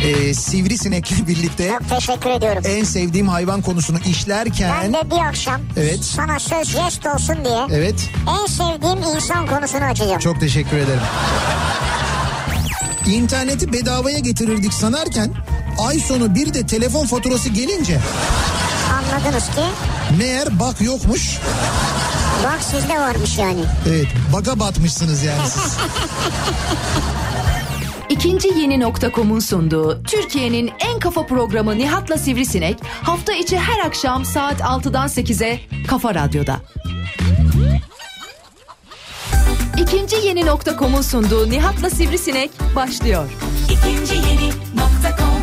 Sivrisinek'le birlikte. Çok teşekkür ediyorum. En sevdiğim hayvan konusunu işlerken. Ben de bir akşam sana söz jest olsun diye. Evet. En sevdiğim insan konusunu açacağım. Çok teşekkür ederim. İnterneti bedavaya getirirdik sanarken ay sonu bir de telefon faturası gelince. Anladınız ki. Meğer bak yokmuş. Bak sizde varmış yani. Evet, baga batmışsınız yani siz. İkinci Yeni.com'un sunduğu Türkiye'nin en kafa programı Nihat'la Sivrisinek hafta içi her akşam saat 6'dan 8'e Kafa Radyo'da. İkinci Yeni.com'un sunduğu Nihat'la Sivrisinek başlıyor. İkinci Yeni.com.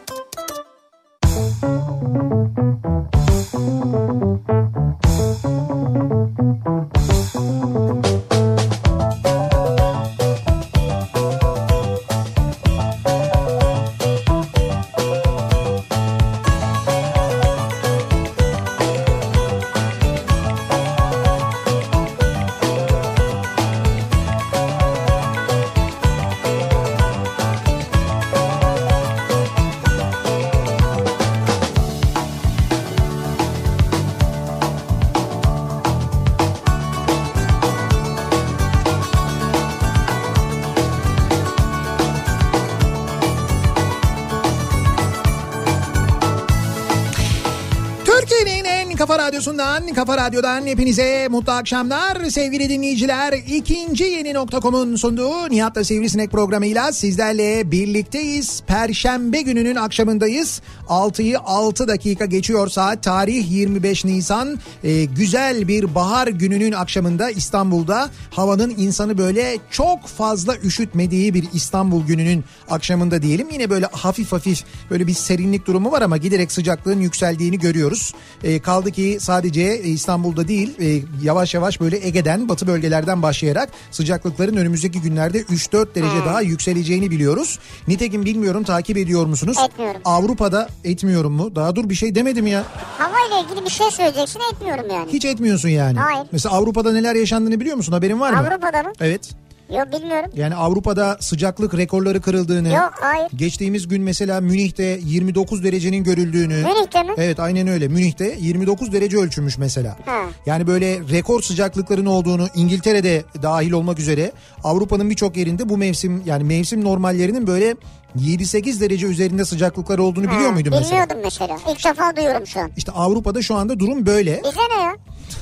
Kafa Radyo'dan hepinize mutlu akşamlar sevgili dinleyiciler. İkinci Yeni.com'un sunduğu Nihat'la Sivrisinek programıyla sizlerle birlikteyiz. Perşembe gününün akşamındayız. 6'yı 6 dakika geçiyor saat. Tarih 25 Nisan. Güzel bir bahar gününün akşamında İstanbul'da havanın insanı böyle çok fazla üşütmediği bir İstanbul gününün akşamında diyelim. Yine böyle hafif hafif böyle bir serinlik durumu var ama giderek sıcaklığın yükseldiğini görüyoruz. Kaldı ki sadece İstanbul'da değil yavaş yavaş böyle Ege'den batı bölgelerden başlayarak sıcaklıkların önümüzdeki günlerde 3-4 derece daha yükseleceğini biliyoruz. Nitekim bilmiyorum takip ediyor musunuz? Etmiyorum. Avrupa'da etmiyorum mu? Daha dur bir şey demedim ya. Havayla ilgili bir şey söyleyeceksin etmiyorum yani. Hiç etmiyorsun yani. Hayır. Mesela Avrupa'da neler yaşandığını biliyor musun? Haberin var mı? Avrupa'da mı? Evet. Yok bilmiyorum. Yani Avrupa'da sıcaklık rekorları kırıldığını. Yok hayır. Geçtiğimiz gün mesela Münih'te 29 derecenin görüldüğünü. Münih'te mi? Evet aynen öyle. Münih'te 29 derece ölçülmüş mesela. Yani böyle rekor sıcaklıkların olduğunu İngiltere'de dahil olmak üzere Avrupa'nın birçok yerinde bu mevsim yani mevsim normallerinin böyle 7-8 derece üzerinde sıcaklıklar olduğunu biliyor muydun mesela? Bilmiyordum mesela. İlk defa duyuyorum şu an. İşte Avrupa'da şu anda durum böyle. Bize ne ya?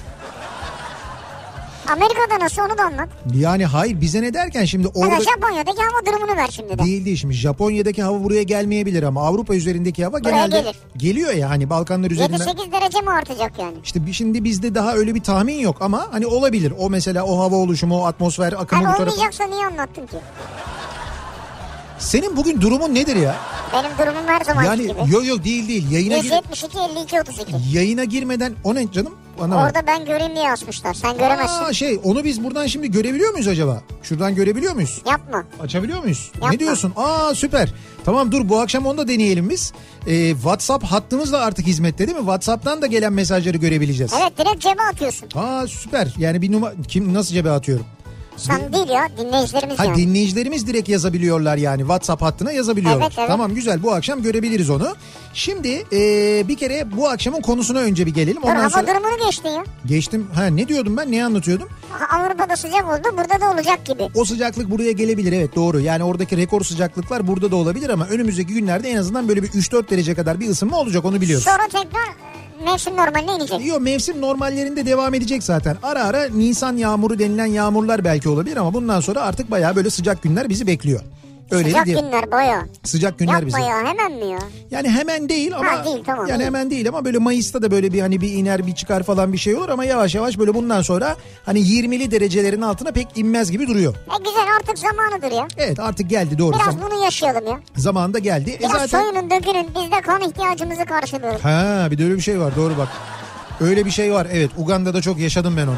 Amerika'da nasıl onu da anlat. Yani hayır bize ne derken şimdi orada... Yani Japonya'daki hava durumunu ver şimdi de. Değil şimdi Japonya'daki hava buraya gelmeyebilir ama Avrupa üzerindeki hava buraya genelde gelir. Geliyor ya hani Balkanlar üzerinden. 7-8 derece mi artacak yani? İşte şimdi bizde daha öyle bir tahmin yok ama hani olabilir. O mesela o hava oluşumu, o atmosfer akımı bu tarafa. Olmayacaksa niye anlattın ki? Senin bugün durumun nedir ya? Benim durumum her zaman yani, gibi. Yok değil. Yayına 172 52 32. Yayına girmeden o ne canım? Anlamadım. Orada ben göreyim diye asmışlar. Sen göremezsin. Onu biz buradan şimdi görebiliyor muyuz acaba? Şuradan görebiliyor muyuz? Yapma. Açabiliyor muyuz? Yapma. Ne diyorsun? Süper. Tamam dur bu akşam onu da deneyelim biz. WhatsApp hattımız da artık hizmette değil mi? WhatsApp'tan da gelen mesajları görebileceğiz. Evet direkt cebe atıyorsun. Süper. Yani bir kim nasıl cebe atıyorum? Sen değil ya dinleyicilerimiz yani. Dinleyicilerimiz direkt yazabiliyorlar yani WhatsApp hattına yazabiliyorlar. Evet. Tamam güzel bu akşam görebiliriz onu. Şimdi bir kere bu akşamın konusuna önce bir gelelim. Ondan hava durumunu geçtin ya. Geçtim. Ne diyordum ben ne anlatıyordum? Avrupa'da sıcak oldu burada da olacak gibi. O sıcaklık buraya gelebilir evet doğru. Yani oradaki rekor sıcaklıklar burada da olabilir ama önümüzdeki günlerde en azından böyle bir 3-4 derece kadar bir ısınma olacak onu biliyoruz. Sonra tekrar mevsim normaline inecek. Yok mevsim normallerinde devam edecek zaten. Ara ara Nisan yağmuru denilen yağmurlar belki olabilir ama bundan sonra artık bayağı böyle sıcak günler bizi bekliyor. Öyle sıcak günler bayağı. Sıcak günler bizi. Yapma ya hemen mi ya? Yani hemen değil ama değil, tamam, yani değil. hemen değil ama böyle Mayıs'ta da böyle bir hani bir iner bir çıkar falan bir şey olur ama yavaş yavaş böyle bundan sonra hani 20'li derecelerin altına pek inmez gibi duruyor. Güzel artık zamanıdır ya. Evet artık geldi doğru. Biraz bunu yaşayalım ya. Zamanında geldi. Biraz zaten... soyunun dökünün biz de kan ihtiyacımızı karşılıyoruz. Bir de öyle bir şey var doğru bak. Öyle bir şey var evet Uganda'da çok yaşadım ben onu.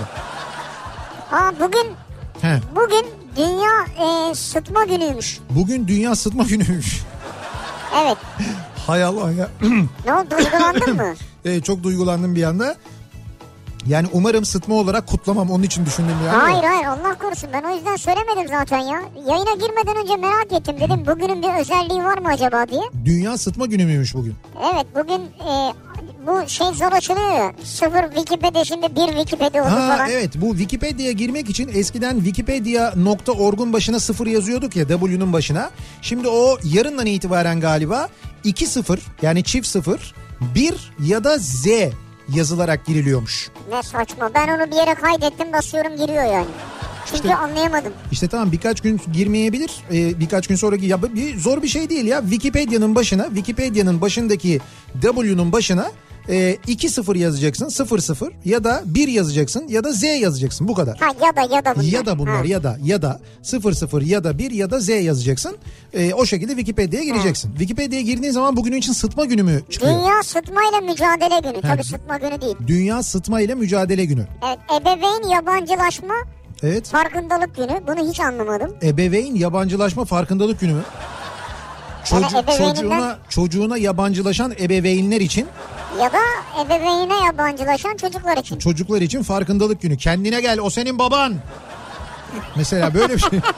Bugün Dünya Sıtma Günü'ymüş. Bugün Dünya Sıtma Günü'ymüş. Evet. Hay Allah ya. Ne oldu duygulandın mı? Evet çok duygulandım bir anda. Yani umarım sıtma olarak kutlamam, onun için düşündüm yani. Hayır Allah korusun, ben o yüzden söylemedim zaten ya. Yayına girmeden önce merak ettim, dedim bugünün bir özelliği var mı acaba diye. Dünya sıtma günü müymüş bugün? Evet bugün bu şey zor açılıyor ya. 0 Wikipedia, şimdi 1 Wikipedia oldu falan. Evet, bu Wikipedia'ya girmek için eskiden wikipedia.org'un başına 0 yazıyorduk ya, W'nun başına. Şimdi o yarından itibaren galiba 2-0 yani çift 0, 1 ya da Z yazılarak giriliyormuş. Ne saçma, ben onu bir yere kaydettim, basıyorum giriyor yani. Çünkü İşte, anlayamadım. İşte tamam, birkaç gün girmeyebilir. Birkaç gün sonraki zor bir şey değil ya. Wikipedia'nın başındaki W'nun başına 2-0 yazacaksın, 0-0 ya da 1 yazacaksın ya da Z yazacaksın, bu kadar. Ha ya da bunlar. Ya da bunlar ya da 0-0 ya da 1 ya da Z yazacaksın. O şekilde Wikipedia'ya gireceksin. Wikipedia'ya girdiğin zaman bugün için sıtma günü mü çıkıyor? Dünya Sıtmayla Mücadele Günü. Tabii sıtma günü değil. Dünya Sıtma ile Mücadele Günü. Evet, ebeveyn yabancılaşma Evet. farkındalık günü. Bunu hiç anlamadım. Ebeveyn yabancılaşma farkındalık günü mü? Çocuğuna yabancılaşan ebeveynler için. Ya da ebeveynine yabancılaşan çocuklar için. Çocuklar için farkındalık günü. Kendine gel, o senin baban. Mesela böyle bir şey.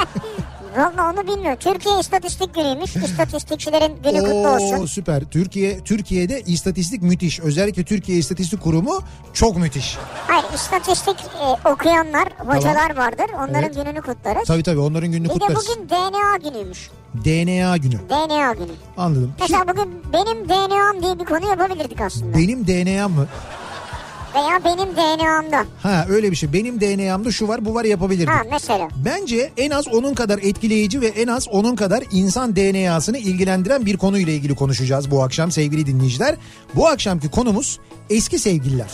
Valla onu bilmiyorum. Türkiye İstatistik Günü'ymüş. İstatistikçilerin günü kutlu olsun. Süper. Türkiye'de istatistik müthiş. Özellikle Türkiye İstatistik Kurumu çok müthiş. Hayır, istatistik okuyanlar, hocalar vardır. Onların gününü kutlarız. Tabii onların gününü kutlarız. Bir de bugün DNA günüymüş. DNA günü. DNA günü. Anladım. Mesela bugün benim DNA'm diye bir konu yapabilirdik aslında. Benim DNA'm mı? Veya benim DNA'mda. Ha, öyle bir şey. Benim DNA'mda şu var bu var yapabilirdik. Ha, mesela. Bence en az onun kadar etkileyici ve en az onun kadar insan DNA'sını ilgilendiren bir konuyla ilgili konuşacağız bu akşam sevgili dinleyiciler. Bu akşamki konumuz eski sevgililer.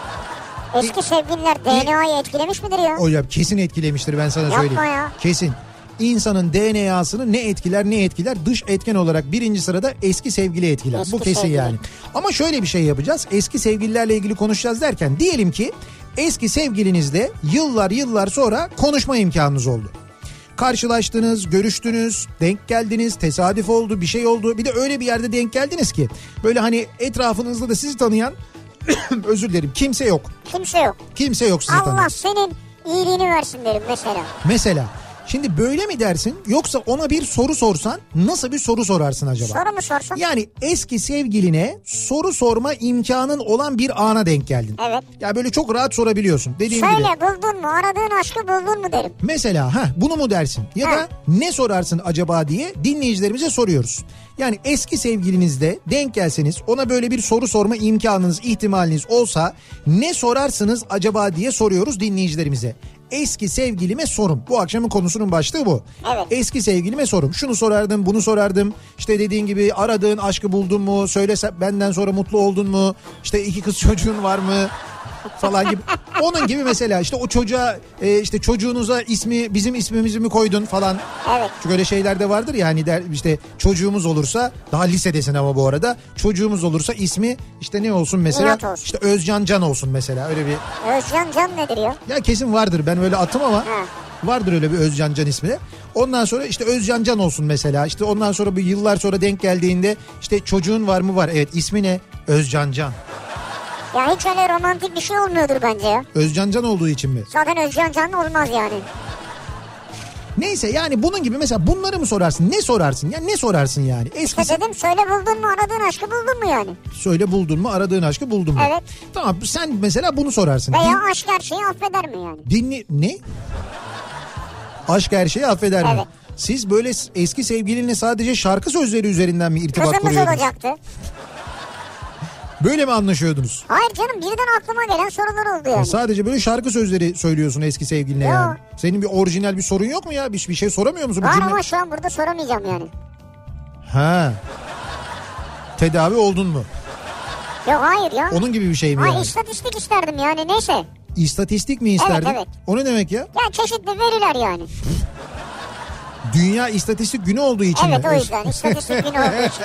Eski sevgililer DNA'yı etkilemiş midir ya? O ya kesin etkilemiştir, ben sana söyleyeyim. Yapma ya. Kesin. İnsanın DNA'sını ne etkiler? Dış etken olarak birinci sırada eski sevgili etkiler. Eski bu kesin sevgili. yani. Ama şöyle bir şey yapacağız. Eski sevgililerle ilgili konuşacağız derken diyelim ki eski sevgilinizle yıllar sonra konuşma imkanınız oldu. Karşılaştınız, görüştünüz, denk geldiniz, tesadüf oldu, bir şey oldu. Bir de öyle bir yerde denk geldiniz ki böyle hani etrafınızda da sizi tanıyan özür dilerim, kimse yok. Kimse yok sizi tanıyan. Allah senin iyiliğini versin derim Mesela. Şimdi böyle mi dersin, yoksa ona bir soru sorsan nasıl bir soru sorarsın acaba? Soru mu sorsan? Yani eski sevgiline soru sorma imkanın olan bir ana denk geldin. Evet. Ya böyle çok rahat sorabiliyorsun. Dediğim gibi. Söyle, buldun mu? Aradığın aşkı buldun mu derim. Mesela bunu mu dersin? Ya da ne sorarsın acaba diye dinleyicilerimize soruyoruz. Yani eski sevgilinizde denk gelseniz, ona böyle bir soru sorma imkanınız, ihtimaliniz olsa ne sorarsınız acaba diye soruyoruz dinleyicilerimize. Eski sevgilime sorum. Bu akşamın konusunun başlığı bu. Evet. Eski sevgilime sorum. Şunu sorardım, bunu sorardım. İşte dediğin gibi aradığın aşkı buldun mu? Söylese benden sonra mutlu oldun mu? İşte 2 kız çocuğun var mı? Falan gibi. Onun gibi mesela işte o çocuğa işte çocuğunuza ismi bizim ismimizi mi koydun falan. Evet. Çünkü öyle şeyler de vardır ya, hani der işte çocuğumuz olursa, daha lisedesin ama bu arada, çocuğumuz olursa ismi işte ne olsun mesela? Olsun. İşte Özcan Can olsun mesela, öyle bir. Özcan Can nedir ya? Ya kesin vardır, ben öyle attım ama vardır öyle bir Özcan Can ismi. Ondan sonra işte Özcan Can olsun mesela. İşte ondan sonra bir yıllar sonra denk geldiğinde işte çocuğun var mı? Var. Evet, ismi ne? Özcan Can. Ya hiç öyle romantik bir şey olmuyordur bence ya. Özcan Can olduğu için mi? Zaten Özcan Can olmaz yani. Neyse, yani bunun gibi mesela bunları mı sorarsın? Ne sorarsın? Ya ne sorarsın yani? İşte dedim, söyle buldun mu, aradığın aşkı buldun mu yani? Söyle buldun mu, aradığın aşkı buldun mu? Evet. Tamam, sen mesela bunu sorarsın. Veya aşk her şeyi affeder mi yani? Ne? Aşk her şeyi affeder mi? Evet. Siz böyle eski sevgilinle sadece şarkı sözleri üzerinden mi irtibat Kızımız kuruyordunuz? olacaktı. Böyle mi anlaşıyordunuz? Hayır canım, birden aklıma gelen sorular oldu yani. Sadece böyle şarkı sözleri söylüyorsun eski sevgiline Yok. yani. Senin bir orijinal bir sorun yok mu ya? Bir şey soramıyor musun? Var ama şu an burada soramayacağım yani. Ha. Tedavi oldun mu? Yok, hayır ya. Onun gibi bir şey mi Hayır, yani? istatistik isterdim yani, neyse. İstatistik mi isterdin? Evet. O ne demek ya? Ya çeşitli veriler yani. Dünya İstatistik Günü olduğu için Evet, mi? o yüzden istatistik günü olduğu için.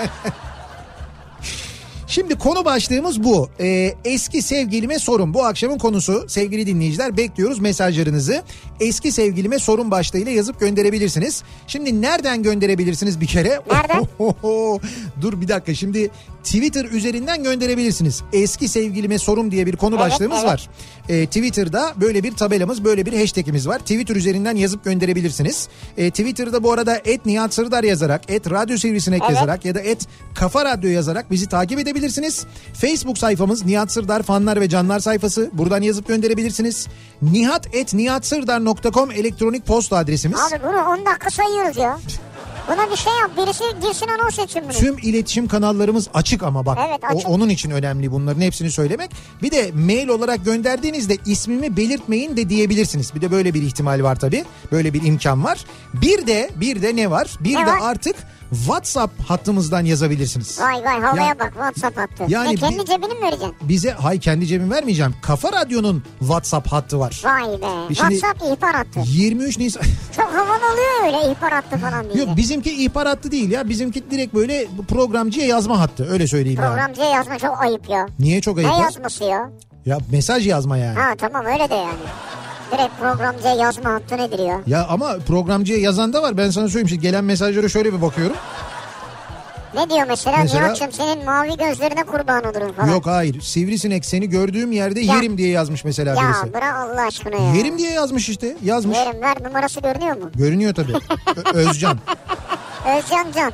Şimdi konu başlığımız bu. Eski sevgilime sorun. Bu akşamın konusu sevgili dinleyiciler. Bekliyoruz mesajlarınızı. Eski sevgilime sorun başlığıyla yazıp gönderebilirsiniz. Şimdi nereden gönderebilirsiniz bir kere? Nereden? Dur bir dakika, şimdi Twitter üzerinden gönderebilirsiniz. Eski sevgilime sorum diye bir konu başlığımız var. Twitter'da böyle bir tabelamız, böyle bir hashtagimiz var. Twitter üzerinden yazıp gönderebilirsiniz. Twitter'da bu arada @Nihat Sırdar yazarak, @Radyo Sivrisinek yazarak ya da @Kafa Radyo yazarak bizi takip edebilirsiniz. Facebook sayfamız Nihat Sırdar fanlar ve canlar sayfası. Buradan yazıp gönderebilirsiniz. nihat@nihatsırdar.com elektronik posta adresimiz. Abi bunu 10 dakika sayıyoruz ya. Buna bir şey yap. Birisi girsin anons etsin bunu. Tüm iletişim kanallarımız açık ama bak. Evet, açık. Onun için önemli bunların hepsini söylemek. Bir de mail olarak gönderdiğinizde ismimi belirtmeyin de diyebilirsiniz. Bir de böyle bir ihtimal var tabii. Böyle bir imkan var. Bir de ne var? Bir de artık WhatsApp hattımızdan yazabilirsiniz. Vay havaya bak, WhatsApp hattı. Yani kendi cebini mi vereceksin? Hayır, kendi cebimi vermeyeceğim. Kafa Radyo'nun WhatsApp hattı var. Vay be. WhatsApp ihbar hattı. 23 Nisan. Çok havalı oluyor öyle ihbar hattı falan diye. Yok, bizimki ihbar hattı değil ya. Bizimki direkt böyle programcıya yazma hattı. Öyle söyleyeyim ya. Programcıya yazma çok ayıp ya. Niye çok ayıp? Ne yazması ya? Ya mesaj yazma yani. Ha tamam, öyle de yani. Direkt programcıya yazma hattı nedir ya? Ya ama programcıya yazan da var. Ben sana söyleyeyim. Şimdi gelen mesajlara şöyle bir bakıyorum. Ne diyor mesela? Nihat'cığım senin mavi gözlerine kurban olurum falan. Yok hayır. Sivrisinek seni gördüğüm yerde yerim diye yazmış mesela birisi. Ya bırak Allah aşkına ya. Yerim diye yazmış işte. Yazmış. Yerim, ver, numarası görünüyor mu? Görünüyor tabii. Özcan. Özcan Can.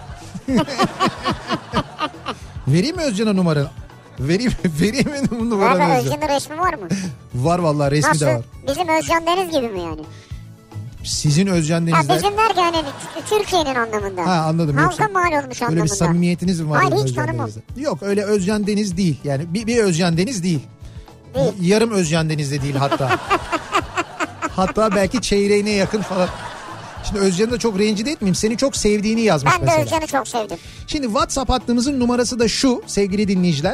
Vereyim mi Özcan'a numaranı? Vereyim mi numaranı Abi Özcan? Özcan'ın resmi var mı? Var vallahi, resmi Nasıl? de var. Bizim Özcan Deniz gibi mi yani? Sizin Özcan Deniz'den. Bizim derken hani Türkiye'nin anlamında. Ha anladım. Halka mal olmuş anlamında. Öyle bir samimiyetiniz mi var? Hayır, hiç tanımam. Yok, öyle Özcan Deniz değil. Yani bir Özcan Deniz değil. Yarım Özcan Deniz de değil hatta. Hatta belki çeyreğine yakın falan. Şimdi Özcan'ı da çok rencide etmeyeyim. Seni çok sevdiğini yazmış mesela. Ben de Özcan'ı çok sevdim. Şimdi WhatsApp hattımızın numarası da şu sevgili dinleyiciler.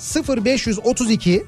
0532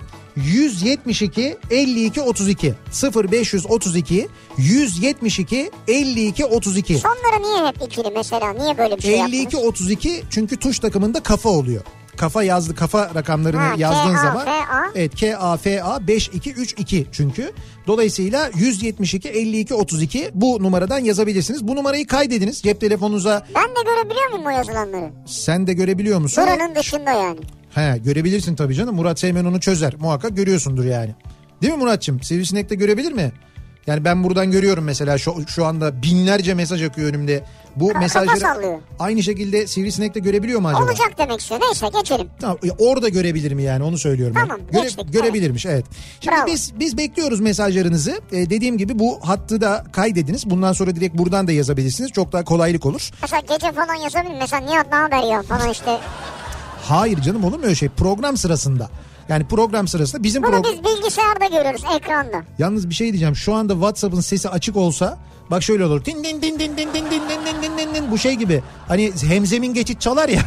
172 52 32 0532 172 52 32. Sonları niye hep ikili mesela? Niye böyle bir şey 52 yaptınız? 32 çünkü tuş takımında kafa oluyor. Kafa rakamlarını yazdığın zaman evet KAFA 5232 çünkü. Dolayısıyla 172 52 32 bu numaradan yazabilirsiniz. Bu numarayı kaydediniz cep telefonunuza. Ben de görebiliyor muyum o yazılanları? Sen de görebiliyor musun? Buranın dışında yani. He, görebilirsin tabii canım. Murat Seymen onu çözer. Muhakkak görüyorsundur yani. Değil mi Muratçım? Sivrisinek de görebilir mi? Yani ben buradan görüyorum mesela şu anda binlerce mesaj akıyor önümde. Bu mesajları aynı şekilde Sivrisinek de görebiliyor mu acaba? Olacak demek istiyor. Neyse geçelim. Tamam, orada görebilir mi yani, onu söylüyorum. Tamam, geçtik. Görebilirmiş evet. Şimdi Bravo. biz bekliyoruz mesajlarınızı. Dediğim gibi bu hattı da kaydediniz. Bundan sonra direkt buradan da yazabilirsiniz. Çok daha kolaylık olur. Mesela gece falan yazabilir. Mesela Nihat ne haber ya falan işte. Hayır canım, olur mu öyle şey? Program sırasında. Yani program sırasında bizim bunu biz bilgisayarda görüyoruz, ekranda. Yalnız bir şey diyeceğim. Şu anda WhatsApp'ın sesi açık olsa bak şöyle olur. Din din din din din din din din din din, bu şey gibi. Hani hemzemin geçit çalar ya.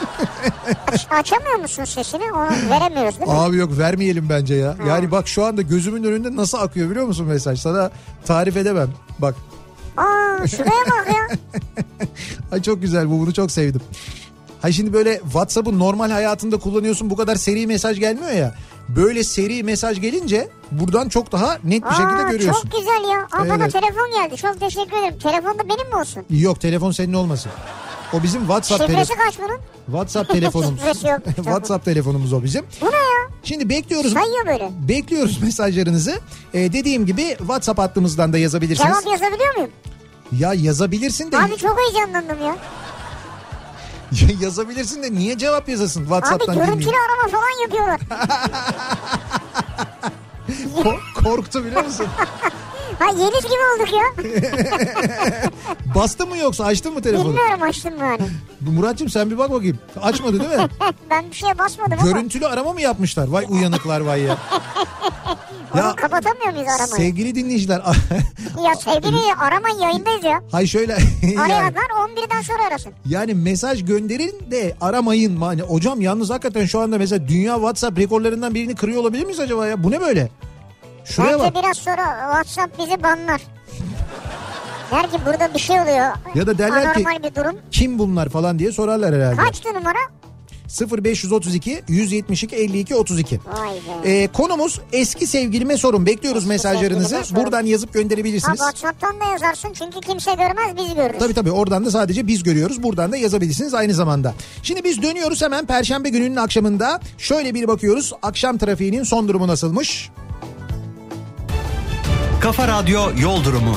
Açamıyor musun sesini? Onu veremiyoruz değil mi? Abi yok, vermeyelim bence ya. Yani bak şu anda gözümün önünde nasıl akıyor biliyor musun mesaj? Sana tarif edemem. Bak. Şuraya bak ya. Ay çok güzel bu, bunu çok sevdim. Hayır şimdi böyle WhatsApp'ı normal hayatında kullanıyorsun, bu kadar seri mesaj gelmiyor ya. Böyle seri mesaj gelince buradan çok daha net bir şekilde görüyorsun. Çok güzel ya. Bana telefon geldi. Çok teşekkür ederim. Telefon da benim mi olsun? Yok, telefon senin olmasın. O bizim WhatsApp şifresi kaç bunun? WhatsApp telefonumuz. Şifresi yok. WhatsApp telefonumuz o bizim. Bu ne ya? Şimdi bekliyoruz. Sayıyor böyle. Bekliyoruz mesajlarınızı. Dediğim gibi WhatsApp hattımızdan da yazabilirsiniz. Cevap yazabiliyor muyum? Ya yazabilirsin de. Abi çok heyecanlandım ya. Yazabilirsin de niye cevap yazasın WhatsApp'tan? Abi görüntülü arama falan yapıyorlar. Korktu biliyor musun? Ha Yeliz gibi olduk ya. Bastın mı yoksa açtın mı telefonu? Bilmiyorum, açtım mı hani. Muratcığım sen bir bak bakayım. Açmadı değil mi? Ben bir şeye basmadım ama. Görüntülü arama mı yapmışlar? Vay uyanıklar vay ya. Onu kapatamıyor muyuz aramayı? Sevgili dinleyiciler. Ya sevgili aramayın, yayındayız ya. Hay şöyle. Arayanlar 11'den sonra arasın. Yani mesaj gönderin de aramayın. Hani hocam yalnız hakikaten şu anda mesela dünya WhatsApp rekorlarından birini kırıyor olabilir miyiz acaba ya? Bu ne böyle? Şuraya bence bak. biraz sonra WhatsApp bizi banlar. Der ki burada bir şey oluyor. Ya da derler ki anormal bir durum. kim bunlar falan diye sorarlar herhalde. Kaçtı numara? 0532 172 52 32. Vay be. Konumuz eski sevgilime sorun. Bekliyoruz mesajlarınızı. Buradan yazıp gönderebilirsiniz. WhatsApp'tan da yazarsın çünkü kimse görmez, biz görürüz. Tabii oradan da sadece biz görüyoruz. Buradan da yazabilirsiniz aynı zamanda. Şimdi biz dönüyoruz hemen Perşembe gününün akşamında. Şöyle bir bakıyoruz. Akşam trafiğinin son durumu nasılmış? Kafa Radyo Yol Durumu.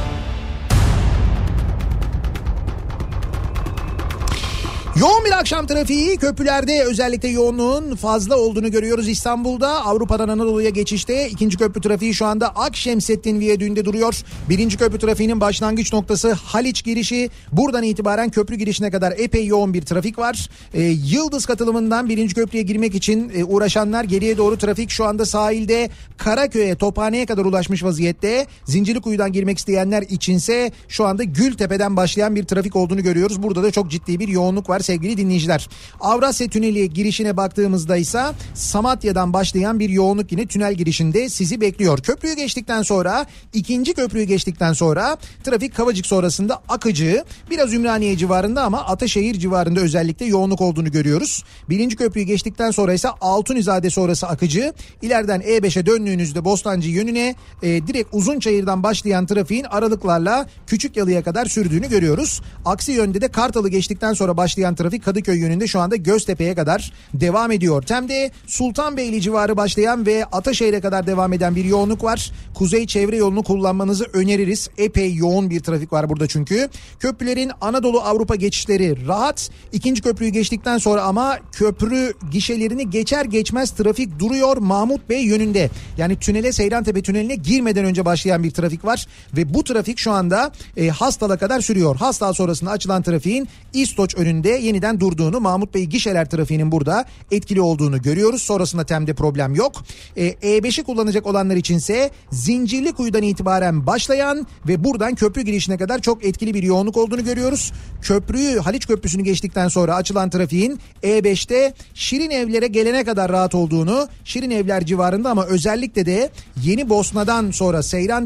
Yoğun bir akşam trafiği, köprülerde özellikle yoğunluğun fazla olduğunu görüyoruz İstanbul'da. Avrupa'dan Anadolu'ya geçişte ikinci köprü trafiği şu anda Akşemseddin Viyadüğü'nde duruyor. Birinci köprü trafiğinin başlangıç noktası Haliç girişi. Buradan itibaren köprü girişine kadar epey yoğun bir trafik var. Yıldız katılımından birinci köprüye girmek için uğraşanlar, geriye doğru trafik şu anda sahilde Karaköy'e, Tophane'ye kadar ulaşmış vaziyette. Zincirlikuyu'dan girmek isteyenler içinse şu anda Gültepe'den başlayan bir trafik olduğunu görüyoruz. Burada da çok ciddi bir yoğunluk var sevgili dinleyiciler. Avrasya Tüneli girişine baktığımızda ise Samatya'dan başlayan bir yoğunluk yine tünel girişinde sizi bekliyor. Köprüyü geçtikten sonra, ikinci köprüyü geçtikten sonra trafik Kavacık sonrasında akıcı, biraz Ümraniye civarında ama Ataşehir civarında özellikle yoğunluk olduğunu görüyoruz. Birinci köprüyü geçtikten sonra ise Altunizade sonrası akıcı. İleriden E5'e döndüğünüzde Bostancı yönüne direkt Uzunçayır'dan başlayan trafiğin aralıklarla Küçükyalı'ya kadar sürdüğünü görüyoruz. Aksi yönde de Kartal'ı geçtikten sonra başlayan trafik Kadıköy yönünde şu anda Göztepe'ye kadar devam ediyor. Tem'de Sultanbeyli civarı başlayan ve Ataşehir'e kadar devam eden bir yoğunluk var. Kuzey çevre yolunu kullanmanızı öneririz. Epey yoğun bir trafik var burada çünkü. Köprülerin Anadolu Avrupa geçişleri rahat. İkinci köprüyü geçtikten sonra ama köprü gişelerini geçer geçmez trafik duruyor Mahmut Bey yönünde. Yani tünele, Seyrantepe tüneline girmeden önce başlayan bir trafik var ve bu trafik şu anda Hastal'a kadar sürüyor. Hastal sonrasında açılan trafiğin İstoç önünde yeniden durduğunu, Mahmut Bey gişeler trafiğinin burada etkili olduğunu görüyoruz. Sonrasında Tem'de problem yok. E5'i kullanacak olanlar içinse Zincirlikuyu'dan itibaren başlayan ve buradan köprü girişine kadar çok etkili bir yoğunluk olduğunu görüyoruz. Köprüyü, Haliç Köprüsü'nü geçtikten sonra açılan trafiğin E5'te Şirinevler'e gelene kadar rahat olduğunu, Şirinevler civarında ama özellikle de Yeni Bosna'dan sonra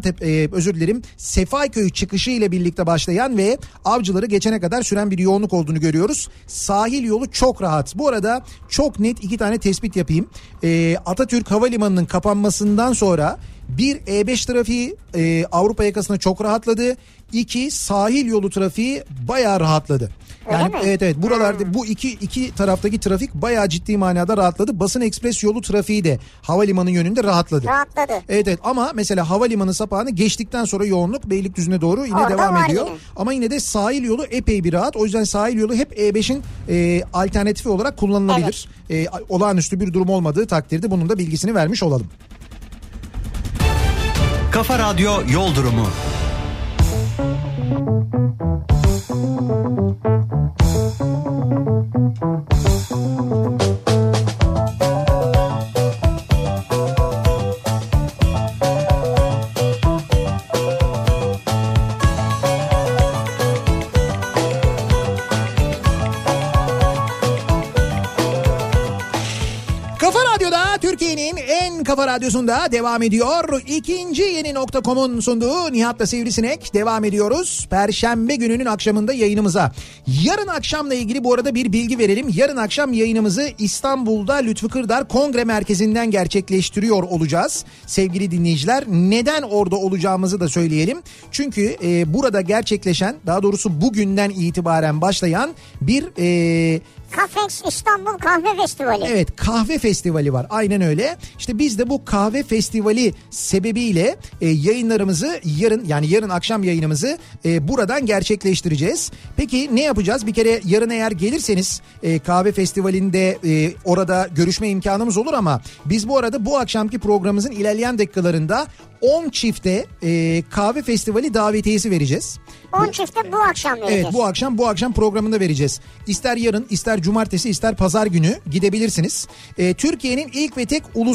Sefayköy çıkışı ile birlikte başlayan ve Avcıları geçene kadar süren bir yoğunluk olduğunu görüyoruz. Sahil yolu çok rahat. Bu arada çok net iki tane tespit yapayım. Atatürk Havalimanı'nın kapanmasından sonra bir E5 trafiği Avrupa yakasına çok rahatladı. İki, sahil yolu trafiği bayağı rahatladı. Yani evet buralarda bu iki taraftaki trafik bayağı ciddi manada rahatladı. Basın ekspres yolu trafiği de havalimanı yönünde rahatladı. Evet ama mesela havalimanı sapağını geçtikten sonra yoğunluk Beylikdüzü'ne doğru yine devam ediyor. Yine. Ama yine de sahil yolu epey bir rahat. O yüzden sahil yolu hep E5'in alternatifi olarak kullanılabilir. Evet. Olağanüstü bir durum olmadığı takdirde bunun da bilgisini vermiş olalım. Kafa Radyo Yol Durumu. Kafa Radyosu'nda devam ediyor. İkinci yeni nokta.com'un sunduğu Nihat'la Sivrisinek devam ediyoruz. Perşembe gününün akşamında yayınımıza. Yarın akşamla ilgili bu arada bir bilgi verelim. Yarın akşam yayınımızı İstanbul'da Lütfü Kırdar Kongre Merkezi'nden gerçekleştiriyor olacağız. Sevgili dinleyiciler, neden orada olacağımızı da söyleyelim. Çünkü burada gerçekleşen, daha doğrusu bugünden itibaren başlayan bir... Kafex İstanbul Kahve Festivali. Evet, kahve festivali var. Aynen öyle. İşte biz de bu kahve festivali sebebiyle yayınlarımızı yarın akşam yayınımızı buradan gerçekleştireceğiz. Peki ne yapacağız? Bir kere yarın eğer gelirseniz kahve festivalinde orada görüşme imkanımız olur ama biz bu arada bu akşamki programımızın ilerleyen dakikalarında 10 çifte kahve festivali davetiyesi vereceğiz. 10 çifte bu akşam vereceğiz. Evet, bu akşam programında vereceğiz. İster yarın, ister cumartesi, ister pazar günü gidebilirsiniz. Türkiye'nin ilk ve tek uluslararası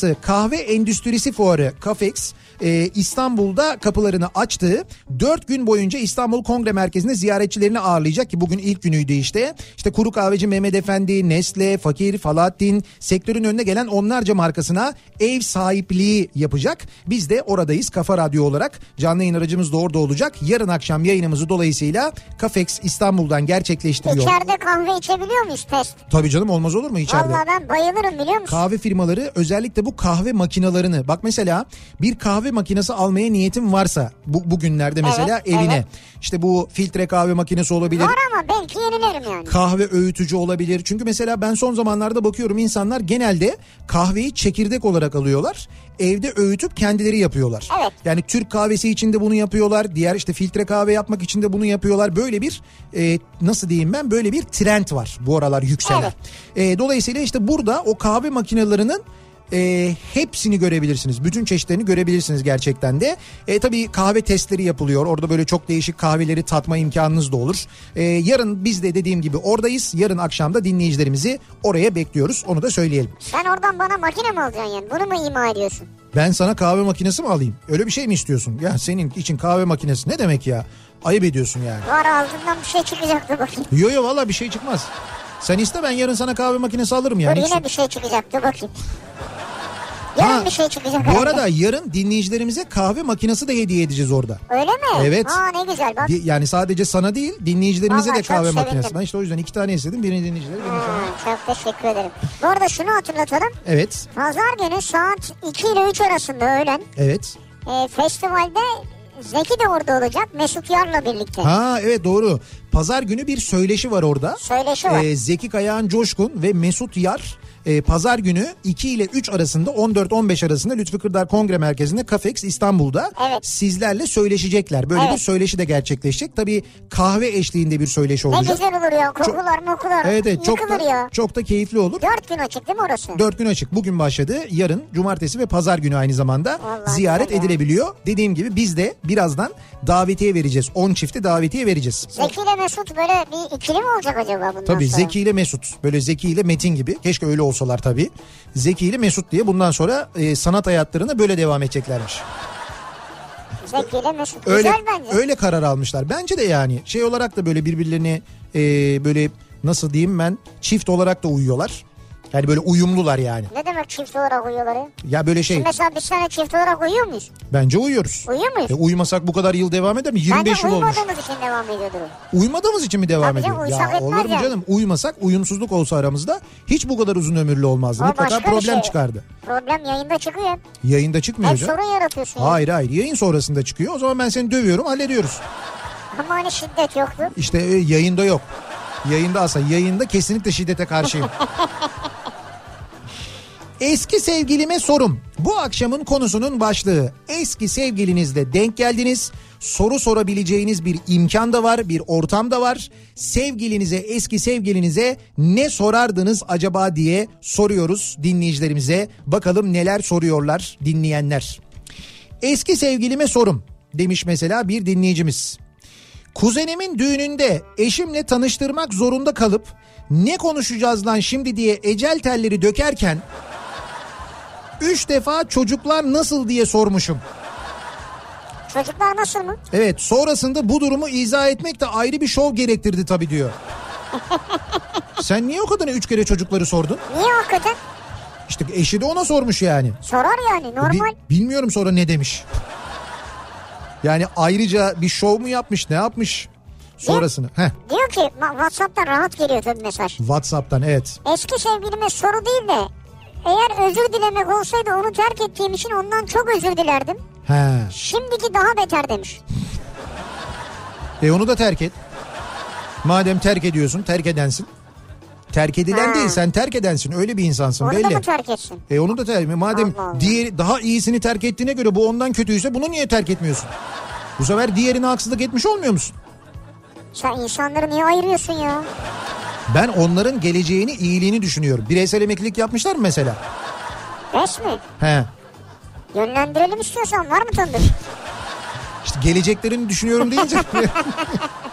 Uluslararası Kahve Endüstrisi Fuarı Cafex İstanbul'da kapılarını açtı. 4 gün boyunca İstanbul Kongre Merkezi'nde ziyaretçilerini ağırlayacak ki bugün ilk günüydü işte. İşte Kuru Kahveci Mehmet Efendi, Nestle, Fakir, Falahattin, sektörün önüne gelen onlarca markasına ev sahipliği yapacak. Biz de oradayız Kafa Radyo olarak. Canlı yayın aracımız da orada olacak. Yarın akşam yayınımızı dolayısıyla Cafex İstanbul'dan gerçekleştiriyor. İçeride kahve içebiliyor muyuz test? Tabii canım, olmaz olur mu içeride? Vallahi ben bayılırım biliyor musun? Kahve firmaları özellikle bu kahve makinalarını, bak mesela bir kahve makinesi almaya niyetin varsa bugünlerde mesela evet, evine. Evet. İşte bu filtre kahve makinesi olabilir. Var ama belki yenilerim yani. Kahve öğütücü olabilir. Çünkü mesela ben son zamanlarda bakıyorum insanlar genelde kahveyi çekirdek olarak alıyorlar. Evde öğütüp kendileri yapıyorlar. Evet. Yani Türk kahvesi için de bunu yapıyorlar. Diğer işte filtre kahve yapmak için de bunu yapıyorlar. Böyle bir nasıl diyeyim ben, böyle bir trend var bu aralar yükselen. Evet. Dolayısıyla işte burada o kahve makinelerinin hepsini görebilirsiniz. Bütün çeşitlerini görebilirsiniz gerçekten de. Tabii kahve testleri yapılıyor. Orada böyle çok değişik kahveleri tatma imkanınız da olur. Yarın biz de dediğim gibi oradayız. Yarın akşam da dinleyicilerimizi oraya bekliyoruz. Onu da söyleyelim. Sen oradan bana makine mi alacaksın yani? Bunu mu ima ediyorsun? Ben sana kahve makinesi mi alayım? Öyle bir şey mi istiyorsun? Ya senin için kahve makinesi ne demek ya? Ayıp ediyorsun yani. Var, ağzından bir şey çıkacaktı bakayım. Yo valla bir şey çıkmaz. Sen iste, ben yarın sana kahve makinesi alırım yani. Dur, yine bir şey çıkacaktı bakayım. Yarın bir şey çıkacak. Bu arada yarın dinleyicilerimize kahve makinesi de hediye edeceğiz orada. Öyle mi? Evet. Ne güzel bak. Yani sadece sana değil, dinleyicilerimize Vallahi de kahve çok makinesi. sevindim. Ben işte o yüzden 2 tane istedim. Birini dinleyicilere, birini sana. Çok teşekkür ederim. Bu arada şunu hatırlatalım. Evet. Pazar günü saat 2 ile 3 arasında öğlen. Evet. Festivalde Zeki de orada olacak, Mesut Yar'la birlikte. Ha evet, doğru. Pazar günü bir söyleşi var orada. Söyleşi var. Zeki Kayağan Coşkun ve Mesut Yar pazar günü 2 ile 3 arasında 14-15 arasında Lütfü Kırdar Kongre Merkezi'nde Cafex İstanbul'da sizlerle söyleşecekler. Böyle bir söyleşi de gerçekleşecek. Tabii kahve eşliğinde bir söyleşi olacak. Ne güzel olur ya, kokular mokular. Evet, çok da keyifli olur. 4 gün açık değil mi orası? 4 gün açık. Bugün başladı. Yarın cumartesi ve pazar günü aynı zamanda vallahi ziyaret edilebiliyor. Dediğim gibi biz de birazdan davetiye vereceğiz. 10 çifte davetiye vereceğiz. Zeki ile Mesut böyle bir ikili mi olacak acaba bundan tabii sonra? Zeki ile Mesut. Böyle Zeki ile Metin gibi. Keşke öyle olsalar tabii. Zeki ile Mesut diye bundan sonra sanat hayatlarına böyle devam edeceklermiş. Zeki ile Mesut. Öyle, güzel bence. Öyle karar almışlar. Bence de yani şey olarak da böyle birbirlerini böyle nasıl diyeyim ben, çift olarak da uyuyorlar. Yani böyle uyumlular yani. Ne demek çift olarak uyuyorlar ya? Ya böyle şey. Şimdi mesela biz sana çift olarak uyuyor muyuz? Bence uyuyoruz. Uyuyor muyuz? Uyumasak bu kadar yıl devam eder mi? 25 yıl olmuş. Bence uyumadığımız için devam ediyordur. Uyumadığımız için mi devam tabii ediyor? Canım, uyusak ya olur mu yani. canım? Uyumasak, uyumsuzluk olsa aramızda hiç bu kadar uzun ömürlü olmazdı. Mutlaka problem çıkardı. Problem yayında çıkıyor. Yayında çıkmıyor hep canım. sorun yaratıyorsun. Hayır yayın sonrasında çıkıyor. O zaman ben seni dövüyorum, hallediyoruz. Ama hani şiddet yoktu. İşte yayında yok. Yayında aslında yayında kesinlikle şiddete karşıyım. Eski sevgilime sorum. Bu akşamın konusunun başlığı. Eski sevgilinizle denk geldiniz. Soru sorabileceğiniz bir imkan da var, bir ortam da var. Eski sevgilinize ne sorardınız acaba diye soruyoruz dinleyicilerimize. Bakalım neler soruyorlar dinleyenler. Eski sevgilime sorum demiş mesela bir dinleyicimiz. Kuzenimin düğününde eşimle tanıştırmak zorunda kalıp ne konuşacağız lan şimdi diye ecel telleri dökerken 3 defa çocuklar nasıl diye sormuşum. Çocuklar nasıl mı? Evet, sonrasında bu durumu izah etmek de ayrı bir şov gerektirdi tabii diyor. Sen niye o kadar 3 kere çocukları sordun? Niye hakikaten? İşte eşi de ona sormuş yani. Sorar yani normal. Bilmiyorum sonra ne demiş. Yani ayrıca bir şov mu yapmış, ne yapmış sonrasını? Diyor ki WhatsApp'tan rahat geliyor tabii mesaj. WhatsApp'tan evet. Eski sevgilime soru değil de eğer özür dilemek olsaydı onu terk ettiğim için ondan çok özür dilerdim. Şimdiki daha beter demiş. Onu da terk et. Madem terk ediyorsun, terk edensin. Terk edilen değil, sen terk edensin. Öyle bir insansın onu belli. Onu da mı terk etsin? Onu da terk et. Madem diğeri daha iyisini terk ettiğine göre bu ondan kötüyse bunu niye terk etmiyorsun? Bu sefer diğerine haksızlık etmiş olmuyor musun? Sen insanları niye ayırıyorsun ya? Ben onların geleceğini, iyiliğini düşünüyorum. Bireysel emeklilik yapmışlar mı mesela? Resmi. Yönlendirelim istiyorsan, var mı tanıdık? İşte geleceklerini düşünüyorum deyince.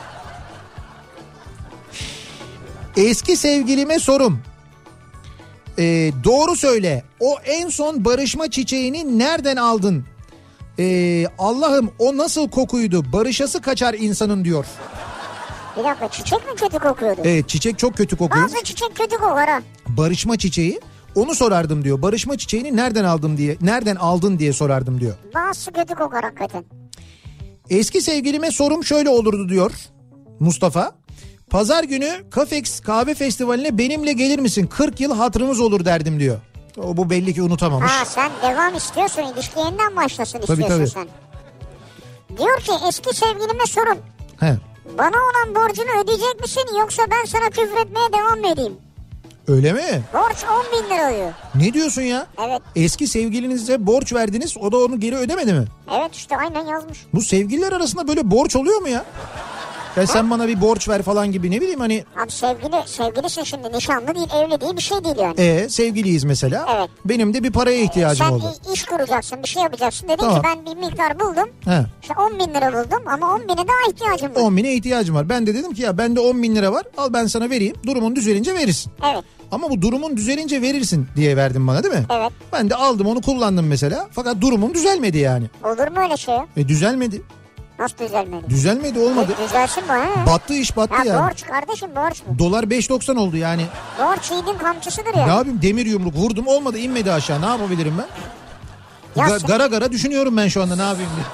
Eski sevgilime sorum. Doğru söyle. O en son barışma çiçeğini nereden aldın? Allah'ım o nasıl kokuydu? Barışası kaçar insanın diyor. Bir dakika, çiçek mi kötü kokuyordu? Evet, çiçek çok kötü kokuyor. Bazı çiçek kötü kokar ha. Barışma çiçeği, onu sorardım diyor. Barışma çiçeğini nereden aldın diye sorardım diyor. Bazısı kötü kokar hakikaten. Eski sevgilime sorum şöyle olurdu diyor Mustafa. Pazar günü Kafex kahve festivaline benimle gelir misin? 40 yıl hatırımız olur derdim diyor. O bu belli ki unutamamış. Ha, sen devam istiyorsun, ilişki yeniden başlasın tabii, istiyorsun tabii. Sen. Diyor ki eski sevgilime sorum. He. Bana olan borcunu ödeyecek misin yoksa ben sana küfür etmeye devam mı edeyim? Öyle mi? Borç 10.000 lira oluyor. Ne diyorsun ya? Evet. Eski sevgilinize borç verdiniz, o da onu geri ödemedi mi? Evet işte aynen yazmış. Bu sevgililer arasında böyle borç oluyor mu ya? Ya sen bana bir borç ver falan gibi, ne bileyim hani. Abi sevgilisin şimdi, nişanlı değil, evli değil, bir şey değil yani. Sevgiliyiz mesela. Evet. Benim de bir paraya ihtiyacım oldu. Sen iş kuracaksın, bir şey yapacaksın. Dedin tamam. ki ben bir miktar buldum. He. İşte 10.000 lira buldum ama 10.000'e daha ihtiyacım var. 10.000'e ihtiyacım var. Ben de dedim ki ya bende 10.000 lira var, al ben sana vereyim. Durumun düzelince verirsin. Evet. Ama bu durumun düzelince verirsin diye verdin bana, değil mi? Evet. Ben de aldım onu, kullandım mesela. Fakat durumum düzelmedi yani. Olur mu öyle şey? Düzelmedi. Nasıl düzelmedi? Düzelmedi, olmadı. Düzelsin bu ha. Battı iş, battı ya yani. Borç kardeşim, borç mu? Dolar 5.90 oldu yani. Borç yiğidin kamçısıdır ya. Ne yapayım, demir yumruk vurdum, olmadı, inmedi aşağı, ne yapabilirim ben? Gara gara düşünüyorum ben şu anda, ne yapayım diye.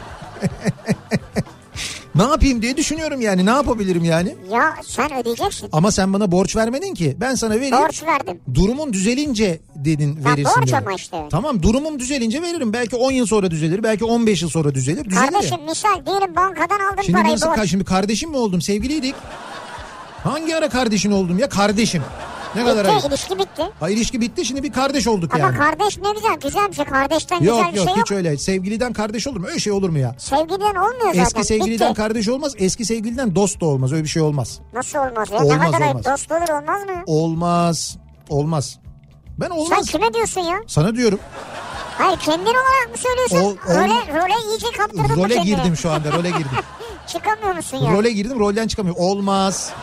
Ne yapayım diye düşünüyorum yani, ne yapabilirim yani? Ya sen ödeyeceksin. Ama sen bana borç vermedin ki, ben sana vereyim. Borç verdim. Durumun düzelince dedin, verirsin borç diye. ama işte. Tamam, durumum düzelince veririm. Belki 10 yıl sonra düzelir, belki 15 yıl sonra düzelir. Kardeşim ya. Misal diyelim bankadan aldın şimdi parayı, nasıl, borç. Şimdi kardeşim mi oldum, sevgiliydik. Hangi ara kardeşin oldum ya, kardeşim. Ne kadar ayıp. İlişki bitti. Ha, ilişki bitti, şimdi bir kardeş olduk ama yani. Ama kardeş ne güzel, güzel bir şey. Kardeşten güzel bir şey yok. Yok hiç öyle. Sevgiliden kardeş olur mu? Öyle şey olur mu ya? Sevgiliden olmuyor zaten. Eski sevgiliden bitti. kardeş olmaz. Eski sevgiliden dost da olmaz. Öyle bir şey olmaz. Nasıl olmaz ya? Olmaz, ne kadar olmaz. dost olur, olmaz mı? Olmaz. Ben olmaz. Sen kime diyorsun ya? Sana diyorum. Hayır, kendin olarak mı söylüyorsun? Role iyice kaptırdın mı Role kendine? girdim şu anda, role girdim. Çıkamıyor musun ya? Role girdim, rolden çıkamıyorum. Olmaz.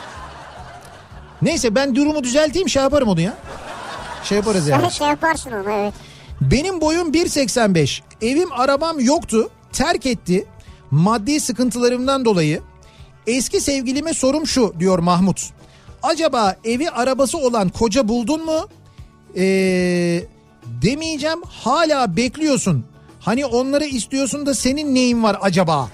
Neyse, ben durumu düzelteyim, şey yaparım onu ya. Şey yaparız yani. Şey yaparsın onu, evet. Benim boyum 1.85. Evim arabam yoktu. Terk etti. Maddi sıkıntılarımdan dolayı. Eski sevgilime sorum şu diyor Mahmut. Acaba evi arabası olan koca buldun mu? Demeyeceğim, hala bekliyorsun. Hani onları istiyorsun da senin neyin var acaba?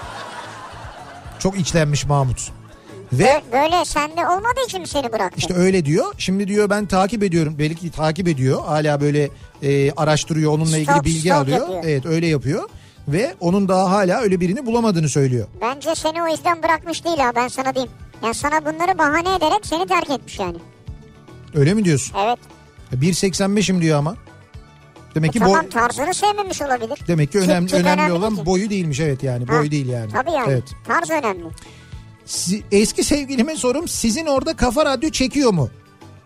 Çok içlenmiş Mahmut. Ve böyle sende olmadığı için mi seni bıraktı? İşte öyle diyor. Şimdi diyor ben takip ediyorum. Belki takip ediyor. Hala böyle araştırıyor. Onunla ilgili bilgi alıyor. Yapıyor. Evet, öyle yapıyor. Ve onun daha hala öyle birini bulamadığını söylüyor. Bence seni o yüzden bırakmış değil ha, ben sana diyeyim. Yani sana bunları bahane ederek seni terk etmiş yani. Öyle mi diyorsun? Evet. 1.85'im diyor ama. Demek ki tamam, tarzını sevmemiş olabilir. Demek ki önemli olan ki. boyu değilmiş, evet yani. Boyu değil yani. Tabii yani. Evet. Tarz önemli. Eski sevgilime sorum, sizin orada Kafa Radyo çekiyor mu?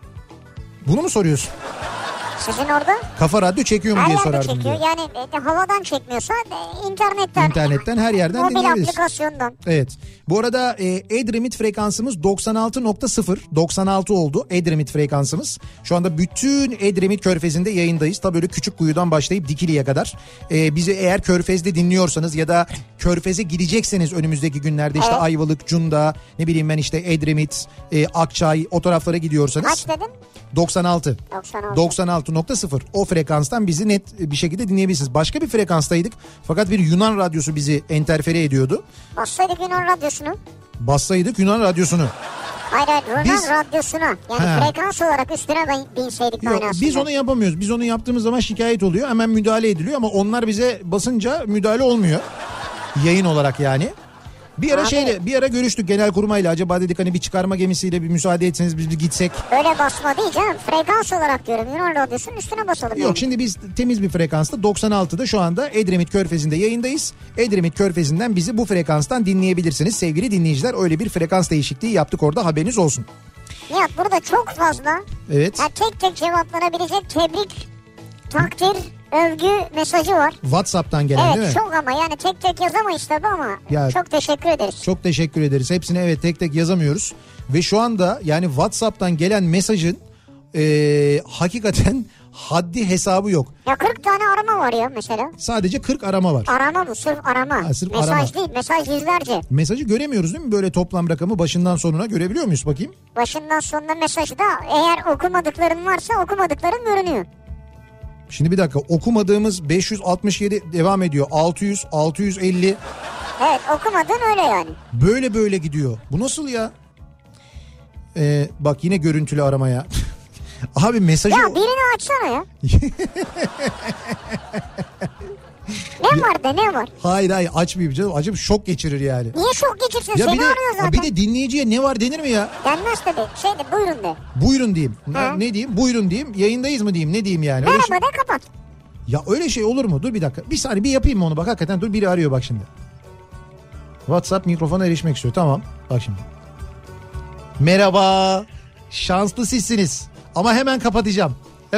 Bunu mu soruyorsun? Sizin orada? Kafa Radyo çekiyor mu diye sorardım çekiyor. diyor. Yani havadan çekmiyorsa internetten her yerden mobil dinleyebiliriz. Mobil aplikasyondan. Evet. Bu arada Edremit frekansımız 96.0, 96 oldu Edremit frekansımız. Şu anda bütün Edremit Körfezi'nde yayındayız. Tabii böyle Küçükkuyu'dan başlayıp Dikili'ye kadar. Bizi eğer Körfez'de dinliyorsanız ya da Körfez'e gidecekseniz önümüzdeki günlerde işte Ayvalık, Cunda, ne bileyim ben işte Edremit, Akçay, o taraflara gidiyorsanız. Kaç dedin? 96. 96.0. O frekanstan bizi net bir şekilde dinleyebilirsiniz. Başka bir frekanstaydık. Fakat bir Yunan radyosu bizi enterfere ediyordu. Bassaydık Yunan radyosunu. Bassaydık Yunan radyosunu. Hayır, Yunan radyosuna. Yani frekans olarak üstüne binseydik manasında. Biz onu yapamıyoruz. Biz onu yaptığımız zaman şikayet oluyor. Hemen müdahale ediliyor ama onlar bize basınca müdahale olmuyor. Yayın olarak yani. Bir ara görüştük Genelkurmay'la, acaba dedik hani bir çıkarma gemisiyle bir müsaade etseniz biz bir gitsek. Öyle basma değil canım, frekans olarak diyorum, Yunan radyosunun üstüne basalım. Yok şimdi biz temiz bir frekansta 96'da şu anda Edremit Körfezi'nde yayındayız. Edremit Körfezi'nden bizi bu frekanstan dinleyebilirsiniz sevgili dinleyiciler. Öyle bir frekans değişikliği yaptık orada, haberiniz olsun. Nihat, burada çok fazla tek tek cevaplanabilecek tebrik, takdir, övgü mesajı var. WhatsApp'tan gelen değil mi? Evet, çok ama yani tek tek yazamayız tabii ama çok teşekkür ederiz. Çok teşekkür ederiz. Hepsine tek tek yazamıyoruz. Ve şu anda yani WhatsApp'tan gelen mesajın hakikaten haddi hesabı yok. Ya 40 tane arama var ya mesela. Sadece 40 arama var. Arama bu, sırf arama. Ha, sırf mesaj arama. değil, mesaj yüzlerce. Mesajı göremiyoruz değil mi? Böyle toplam rakamı başından sonuna görebiliyor muyuz bakayım? Başından sonuna mesajı da eğer okumadıkların varsa okumadıkların görünüyor. Şimdi bir dakika, okumadığımız 567 devam ediyor. 600, 650. Evet, okumadın öyle yani. Böyle gidiyor. Bu nasıl ya? Bak yine görüntülü aramaya. Abi mesajı... Ya birini açsana ya. Ne var de ne var? Hayır açmayayım canım. Acaba şok geçirir yani. Niye şok geçirsin? Ya Seni arıyor zaten. Bir de dinleyiciye ne var denir mi ya? Denmez tabii. Buyurun de. Buyurun diyeyim. Ha. Ne diyeyim? Buyurun diyeyim. Yayındayız mı diyeyim? Ne diyeyim yani? Merhaba de kapat. Ya öyle şey olur mu? Dur bir dakika. Bir saniye bir yapayım mı onu? Bak hakikaten dur, biri arıyor bak şimdi. WhatsApp mikrofona erişmek istiyor. Tamam. Bak şimdi. Merhaba. Şanslı sizsiniz. Ama hemen kapatacağım.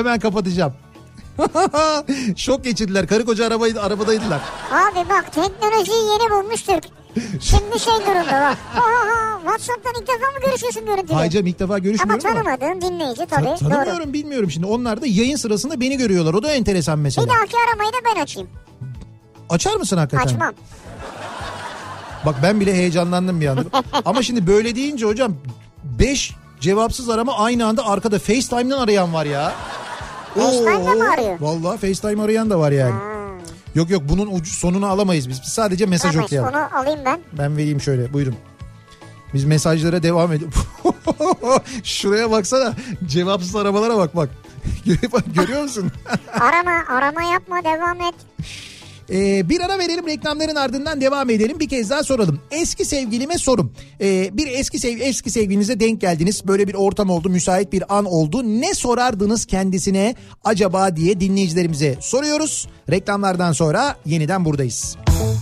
Şok geçirdiler. Karı koca arabadaydılar. Abi bak, teknolojiyi yeni bulmuş Türk. Şimdi durumda bak. WhatsApp'tan ilk defa mı görüşüyorsun görüntüyle? Hayır canım, ilk defa görüşmüyorum ama. Tanımadığın dinleyici tabii. Tanımıyorum, doğru. Bilmiyorum şimdi. Onlar da yayın sırasında beni görüyorlar. O da enteresan mesela. Bir dahaki aramayı da ben açayım. Açar mısın hakikaten? Açmam. Bak ben bile heyecanlandım bir anda. Ama şimdi böyle deyince hocam 5 cevapsız arama aynı anda arkada FaceTime'dan arayan var ya. FaceTime'da mı arıyor? Vallahi FaceTime arayan da var yani. Yok bunun sonunu alamayız biz. Sadece mesaj okuyalım. Onu alayım ben. Ben vereyim şöyle, buyurun. Biz mesajlara devam ediyoruz. Şuraya baksana, cevapsız aramalara bak. Görüyor musun? Arama yapma, devam et. Bir ara verelim, reklamların ardından devam edelim. Bir kez daha soralım. Eski sevgilime sorum. Bir eski sevgilinize denk geldiniz. Böyle bir ortam oldu, müsait bir an oldu. Ne sorardınız kendisine acaba diye dinleyicilerimize soruyoruz. Reklamlardan sonra yeniden buradayız.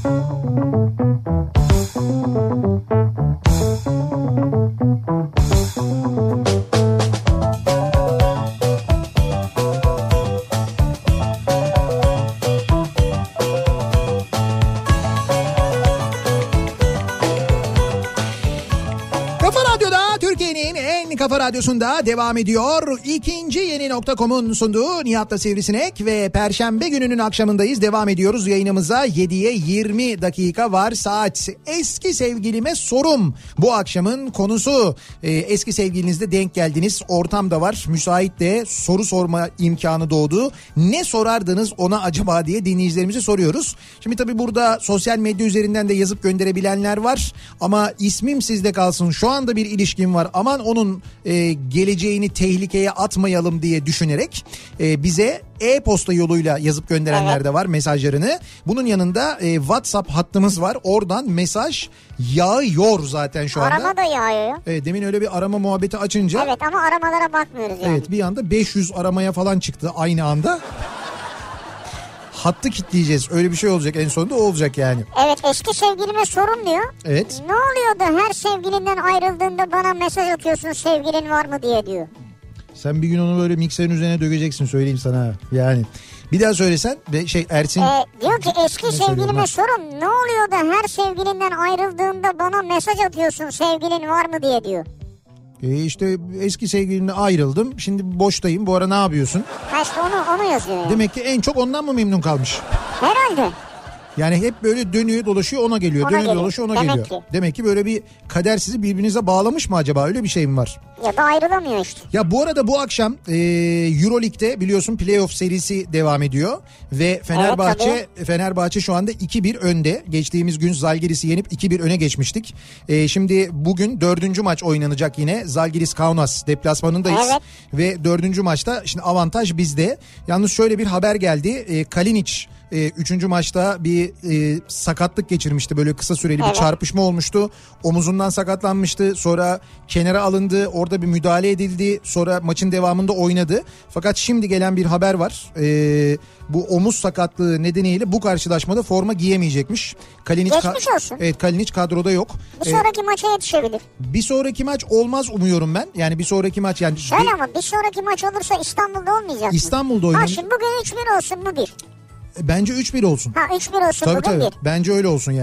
Kafa Radyosu'nda devam ediyor. İkinci Yeni.com'un sunduğu Nihat'la Sivrisinek ve Perşembe gününün akşamındayız. Devam ediyoruz yayınımıza. 7'ye 20 dakika var saat. Eski sevgilime sorum. Bu akşamın konusu. Eski sevgilinizde denk geldiniz. Ortam da var. Müsait de soru sorma imkanı doğdu. Ne sorardınız ona acaba diye dinleyicilerimize soruyoruz. Şimdi tabii burada sosyal medya üzerinden de yazıp gönderebilenler var. Ama ismim sizde kalsın. Şu anda bir ilişkim var. Aman onun geleceğini tehlikeye atmayalım diye düşünerek bize e-posta yoluyla yazıp gönderenler de var mesajlarını. Bunun yanında WhatsApp hattımız var. Oradan mesaj yağıyor zaten şu anda. Arama da yağıyor. Evet, demin öyle bir arama muhabbeti açınca. Evet, ama aramalara bakmıyoruz yani. Evet, bir anda 500 aramaya falan çıktı aynı anda. Hattı kilitleyeceğiz. Öyle bir şey olacak, en sonunda o olacak yani. Evet, eski sevgilime sorun diyor. Evet. Ne oluyor da her sevgilinden ayrıldığında bana mesaj atıyorsun, sevgilin var mı diye diyor. Sen bir gün onu böyle mikserin üzerine dökeceksin, söyleyeyim sana. Yani bir daha söylesen Ersin. Diyor ki eski sevgilime sorun, ne oluyor da her sevgilinden ayrıldığında bana mesaj atıyorsun, sevgilin var mı diye diyor. İşte eski sevgilimle ayrıldım. Şimdi boştayım. Bu ara ne yapıyorsun? Ha işte onu yazıyor yani. Demek ki en çok ondan mı memnun kalmış? Herhalde. Yani hep böyle dönüyor dolaşıyor ona geliyor. Dönüyor dolaşıyor ona geliyor. Demek ki böyle bir kader sizi birbirinize bağlamış mı acaba? Öyle bir şey mi var? Ya da ayrılamıyor işte. Ya bu arada bu akşam Euroleague'de biliyorsun playoff serisi devam ediyor. Ve Fenerbahçe şu anda 2-1 önde. Geçtiğimiz gün Zalgiris'i yenip 2-1 öne geçmiştik. Şimdi bugün 4. maç oynanacak yine. Zalgiris Kaunas deplasmanındayız. Evet. Ve 4. maçta şimdi avantaj bizde. Yalnız şöyle bir haber geldi. Kalinic 3. maçta bir sakatlık geçirmişti. Böyle kısa süreli bir çarpışma olmuştu. Omuzundan sakatlanmıştı. Sonra kenara alındı. Orada bir müdahale edildi. Sonra maçın devamında oynadı. Fakat şimdi gelen bir haber var. Bu omuz sakatlığı nedeniyle bu karşılaşmada forma giyemeyecekmiş. Geçmiş olsun. Evet, Kalinic kadroda yok. Bir sonraki maça yetişebilir. Bir sonraki maç olmaz umuyorum ben. Yani bir sonraki maç yani. Şöyle ama bir sonraki maç olursa İstanbul'da olmayacak mı? İstanbul'da oynanır. Ha şimdi bugün 3-1 olsun, bu bir. Bence 3-1 olsun. Ha 3-1 olsun, tabii, bugün tabii. 1. Bence öyle olsun yani.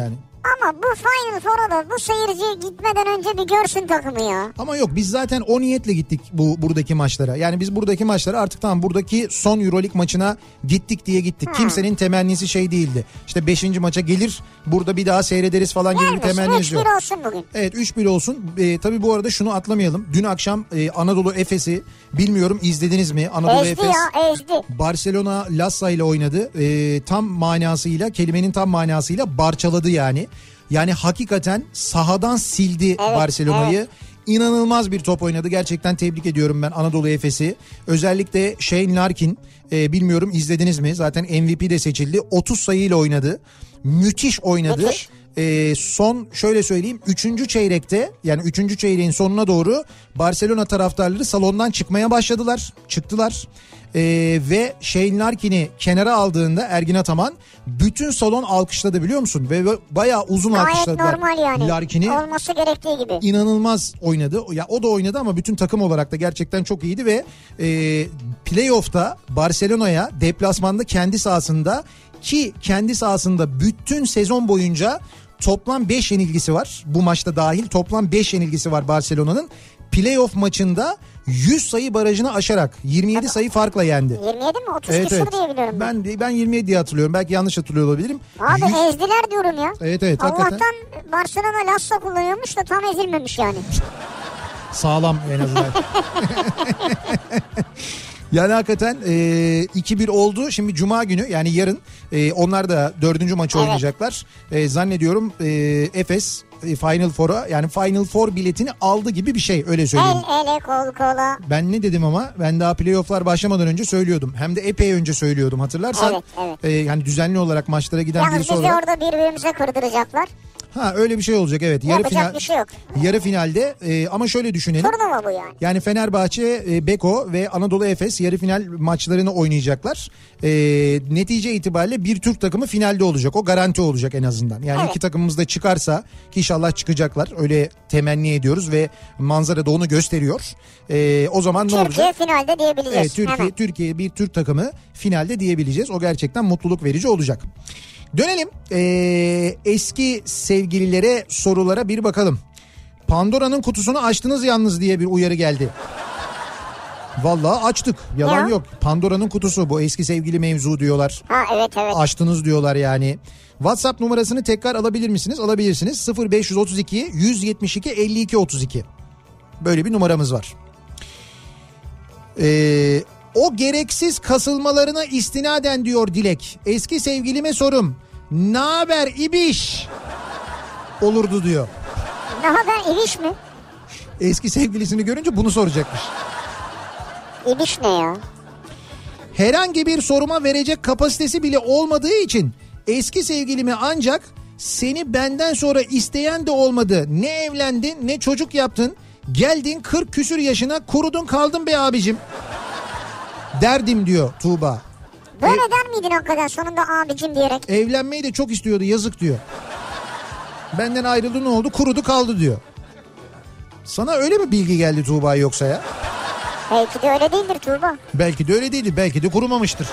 Ama bu Final Four'a da bu seyirci gitmeden önce bir görsün takımı ya. Ama yok, biz zaten o niyetle gittik buradaki maçlara. Yani biz buradaki maçlara artık tamam, buradaki son Euroleague maçına gittik diye gittik. Kimsenin temennisi şey değildi. İşte 5. maça gelir burada bir daha seyrederiz falan gibi bir temennimiz yok. 3-1 olsun bugün. Evet, 3-1 olsun. Tabii bu arada şunu atlamayalım. Dün akşam Anadolu Efes'i, bilmiyorum izlediniz mi? Anadolu ezdi Efes ya, ezdi. Barcelona Lassa ile oynadı. Tam manasıyla, kelimenin tam manasıyla barçaladı yani. Yani hakikaten sahadan sildi, evet, Barcelona'yı. Evet. İnanılmaz bir top oynadı. Gerçekten tebrik ediyorum ben Anadolu Efes'i. Özellikle Shane Larkin, bilmiyorum izlediniz mi? Zaten MVP de seçildi. 30 sayıyla oynadı. Müthiş oynadı. Müthiş. Son şöyle söyleyeyim, 3. çeyrekte, yani 3. çeyreğin sonuna doğru Barcelona taraftarları salondan çıkmaya başladılar. Çıktılar. Ve Shane Larkin'i kenara aldığında Ergin Ataman, bütün salon alkışladı biliyor musun? Ve bayağı uzun alkışladılar. Gayet normal yani. Larkin'i. Olması gerektiği gibi. İnanılmaz oynadı. Ya o da oynadı ama bütün takım olarak da gerçekten çok iyiydi ve playoff'ta Barcelona'ya deplasmanda kendi sahasında, ki kendi sahasında bütün sezon boyunca toplam 5 yenilgisi var. Bu maçta dahil toplam 5 yenilgisi var Barcelona'nın. Playoff maçında 100 sayı barajını aşarak 27 sayı farkla yendi. 27 mi? 30 küsur diye biliyorum. Ben 27 diye hatırlıyorum. Belki yanlış hatırlıyor olabilirim. Abi ezdiler diyorum ya. Evet Allah'tan hakikaten. Barcelona Lassa kullanıyormuş da tam ezilmemiş yani. Sağlam en azından. Yani hakikaten 2-1 oldu. Şimdi Cuma günü, yani yarın onlar da 4. maçı oynayacaklar. Zannediyorum Efes Final Four'a, yani Final Four biletini aldı gibi bir şey, öyle söyleyeyim. El ele kol kola. Ben ne dedim ama, ben daha playofflar başlamadan önce söylüyordum. Hem de epey önce söylüyordum, hatırlarsan. Evet. Yani düzenli olarak maçlara giden birisi olarak. Yalnız bizi orada birbirimize kırdıracaklar. Ha, öyle bir şey olacak, evet. Yapacak bir şey yok. Yarı finalde ama şöyle düşünelim. Turnuva bu yani. Yani Fenerbahçe, Beko ve Anadolu Efes yarı final maçlarını oynayacaklar. Netice itibariyle bir Türk takımı finalde olacak. O garanti olacak en azından. Yani iki takımımız da çıkarsa, ki inşallah çıkacaklar, öyle temenni ediyoruz ve manzara da onu gösteriyor. O zaman ne olacak? Türkiye finalde diyebileceğiz. Evet, Türkiye bir Türk takımı finalde diyebileceğiz. O gerçekten mutluluk verici olacak. Dönelim eski sevgililere, sorulara bir bakalım. Pandora'nın kutusunu açtınız yalnız diye bir uyarı geldi. Vallahi açtık, yalan yok. Pandora'nın kutusu, bu eski sevgili mevzu diyorlar. Ha, evet. Açtınız diyorlar yani. WhatsApp numarasını tekrar alabilir misiniz? Alabilirsiniz. 0532 172 52 32. Böyle bir numaramız var. O gereksiz kasılmalarına istinaden diyor Dilek, eski sevgilime sorum, naber ibiş olurdu diyor. Naber ibiş mi? Eski sevgilisini görünce bunu soracakmış. İbiş ne ya? Herhangi bir soruma verecek kapasitesi bile olmadığı için eski sevgilimi ancak seni benden sonra isteyen de olmadı, ne evlendin ne çocuk yaptın, geldin 40 küsür yaşına, kurudun kaldın be abicim derdim diyor Tuğba. Böyle der miydin hakikaten sonunda abicim diyerek? Evlenmeyi de çok istiyordu, yazık diyor. Benden ayrıldı, ne oldu, kurudu kaldı diyor. Sana öyle mi bilgi geldi Tuğba yoksa ya? Belki de öyle değildir Tuğba. Belki de öyle değildir, belki de kurumamıştır.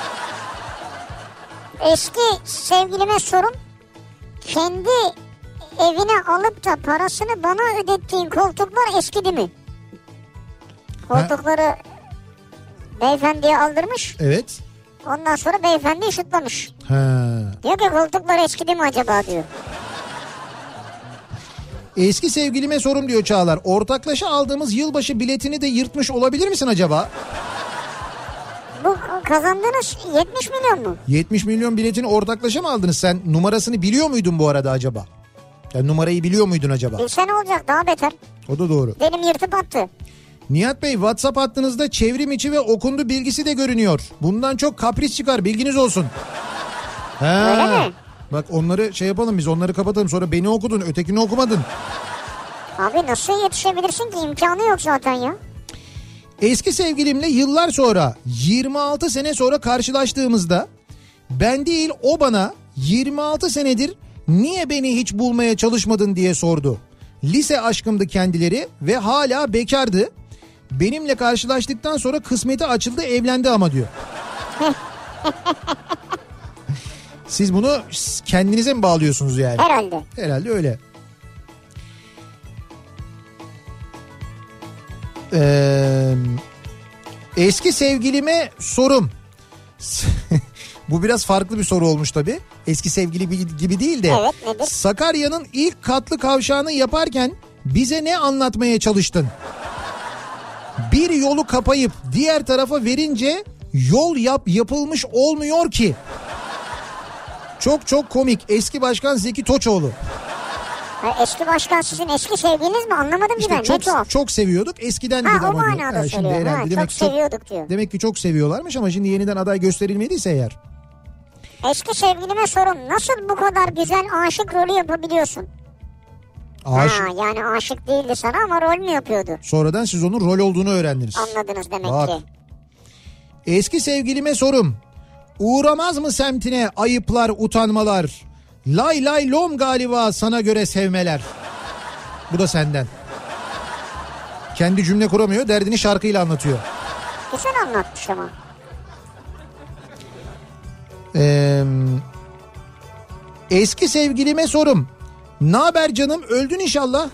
Eski sevgilime sorum, kendi evine alıp da parasını bana ödettiğin koltuklar eskidi mi? Koltukları beyefendiye aldırmış. Evet. Ondan sonra beyefendi ışıtlamış. Ha. Diyor ki koltuklar eskidi mi acaba diyor. Eski sevgilime sorum diyor Çağlar. Ortaklaşa aldığımız yılbaşı biletini de yırtmış olabilir misin acaba? Bu kazandığınız 70 milyon mu? 70 milyon biletini ortaklaşa mı aldınız? Sen numarasını biliyor muydun bu arada acaba? Yani numarayı biliyor muydun acaba? Bilsen olacak, daha beter. O da doğru. Benim yırtıp attı. Nihat Bey, WhatsApp hattınızda çevrim içi ve okundu bilgisi de görünüyor. Bundan çok kapris çıkar, bilginiz olsun. Öyle mi? Bak onları şey yapalım, biz onları kapatalım, sonra beni okudun ötekini okumadın. Abi nasıl yetişebilirsin ki, imkanı yok zaten ya. Eski sevgilimle yıllar sonra, 26 sene sonra karşılaştığımızda ben değil o bana 26 senedir niye beni hiç bulmaya çalışmadın diye sordu. Lise aşkımdı kendileri ve hala bekardı. Benimle karşılaştıktan sonra kısmeti açıldı, evlendi ama diyor. Siz bunu kendinize mi bağlıyorsunuz yani? Herhalde. Herhalde öyle. Eski sevgilime sorum. Bu biraz farklı bir soru olmuş tabii. Eski sevgili gibi değil de. Evet, nedir? Sakarya'nın ilk katlı kavşağını yaparken bize ne anlatmaya çalıştın? Bir yolu kapayıp diğer tarafa verince yol yapılmış olmuyor ki. Çok çok komik. Eski Başkan Zeki Toçoğlu. Eski başkan sizin eski sevgiliniz mi? Anlamadım İşte ki ben. çok seviyorduk. Eskiden dedi ama o manada diyor. söylüyor. Herhalde Çok seviyorduk diyor. Demek ki çok seviyorlarmış ama şimdi yeniden aday gösterilmediyse eğer. Eski sevgilime sorun. Nasıl bu kadar güzel aşık rolü yapabiliyorsun? Yani aşık değildi sana ama rol mü yapıyordu? Sonradan siz onun rol olduğunu öğrendiniz. Anladınız demek ki. Eski sevgilime sorum. Uğramaz mı semtine ayıplar, utanmalar? Lay lay lom galiba sana göre sevmeler. Bu da senden. Kendi cümle kuramıyor, derdini şarkıyla anlatıyor. Güzel anlatmış ama. Eski sevgilime sorum. Naber canım, öldün inşallah.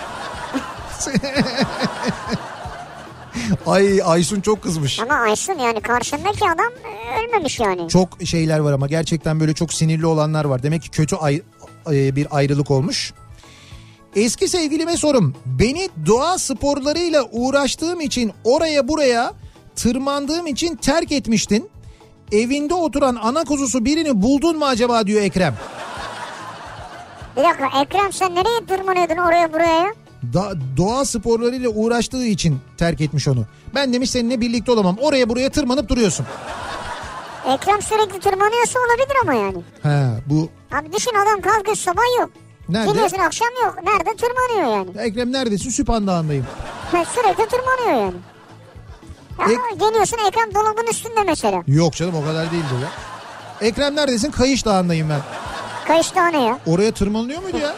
Ay Aysun çok kızmış. Ama Aysun yani karşındaki adam ölmemiş yani. Çok şeyler var ama gerçekten böyle çok sinirli olanlar var. Demek ki kötü bir ayrılık olmuş. Eski sevgilime sorum. Beni doğa sporlarıyla uğraştığım için oraya buraya tırmandığım için terk etmiştin. Evinde oturan ana kuzusu birini buldun mu acaba diyor Ekrem. Bir dakika Ekrem, sen nereye tırmanıyordun oraya buraya? Doğa sporlarıyla uğraştığı için terk etmiş onu. Ben demiş seninle birlikte olamam. Oraya buraya tırmanıp duruyorsun. Ekrem sürekli tırmanıyorsa olabilir ama yani. Bu... Abi düşün, adam kalkıyor sabah yok. Nerede? Geliyorsun akşam yok. Nerede? Tırmanıyor yani. Ekrem neredesin? Süphan Dağı'ndayım. Sürekli tırmanıyor yani. Geliyorsun Ekrem dolabın üstünde mesela. Yok canım, o kadar değildir ya. Ekrem neredesin? Kayış Dağı'ndayım ben. Kayış Dağı ne ya? Oraya tırmanılıyor muydu ya?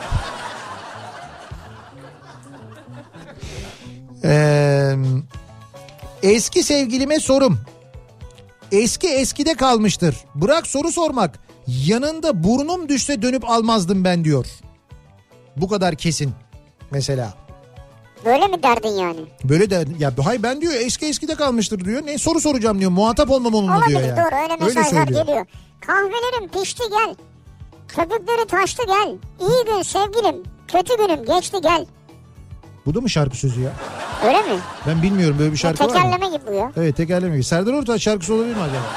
Eski sevgilime sorum. Eski eskide kalmıştır. Bırak soru sormak. Yanında burnum düşse dönüp almazdım ben diyor. Bu kadar kesin mesela. Böyle mi derdin yani? Böyle de ya, hayır ben diyor eski eskide kalmıştır diyor. Ne soru soracağım diyor. Muhatap olmam onunla olabilir, diyor yani. Doğru, öyle mesajlar geliyor. Kahvelerim pişti gel. Köpükleri taştı gel. İyi gün sevgilim. Kötü günüm geçti gel. Bu da mı şarkı sözü ya? Öyle mi? Ben bilmiyorum, böyle bir şarkı var mı? Tekerleme gibi bu ya. Evet, tekerleme gibi. Serdar Ortaç şarkısı olabilir mi acaba?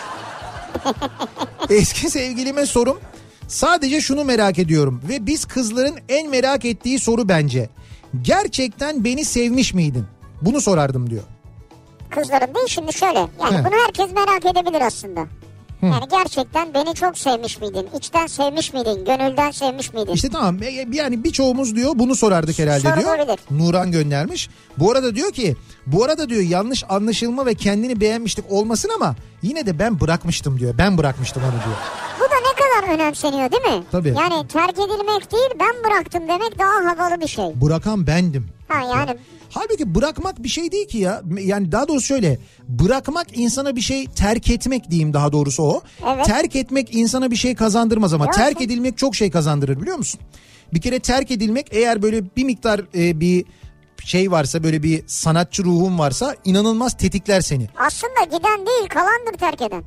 Eski sevgilime sorum. Sadece şunu merak ediyorum ve biz kızların en merak ettiği soru bence. Gerçekten beni sevmiş miydin? Bunu sorardım diyor. Kızların değil, şimdi şöyle. Yani bunu herkes merak edebilir aslında. Yani gerçekten beni çok sevmiş miydin? İçten sevmiş miydin? Gönülden sevmiş miydin? İşte tamam, yani birçoğumuz diyor bunu sorardık herhalde diyor. Nuran göndermiş. Bu arada diyor yanlış anlaşılma ve kendini beğenmişlik olmasın ama yine de ben bırakmıştım diyor. Ben bırakmıştım onu diyor. Bu da ne kadar önemseniyor değil mi? Tabii. Yani terk edilmek değil, ben bıraktım demek daha havalı bir şey. Bırakan bendim. Yani. Halbuki bırakmak bir şey değil ki ya. Yani daha doğrusu şöyle. Bırakmak insana bir şey, terk etmek diyeyim daha doğrusu o. Evet. Terk etmek insana bir şey kazandırmaz ama terk edilmek çok şey kazandırır, biliyor musun? Bir kere terk edilmek, eğer böyle bir miktar bir şey varsa, böyle bir sanatçı ruhun varsa inanılmaz tetikler seni. Aslında giden değil, kalandır terk eden.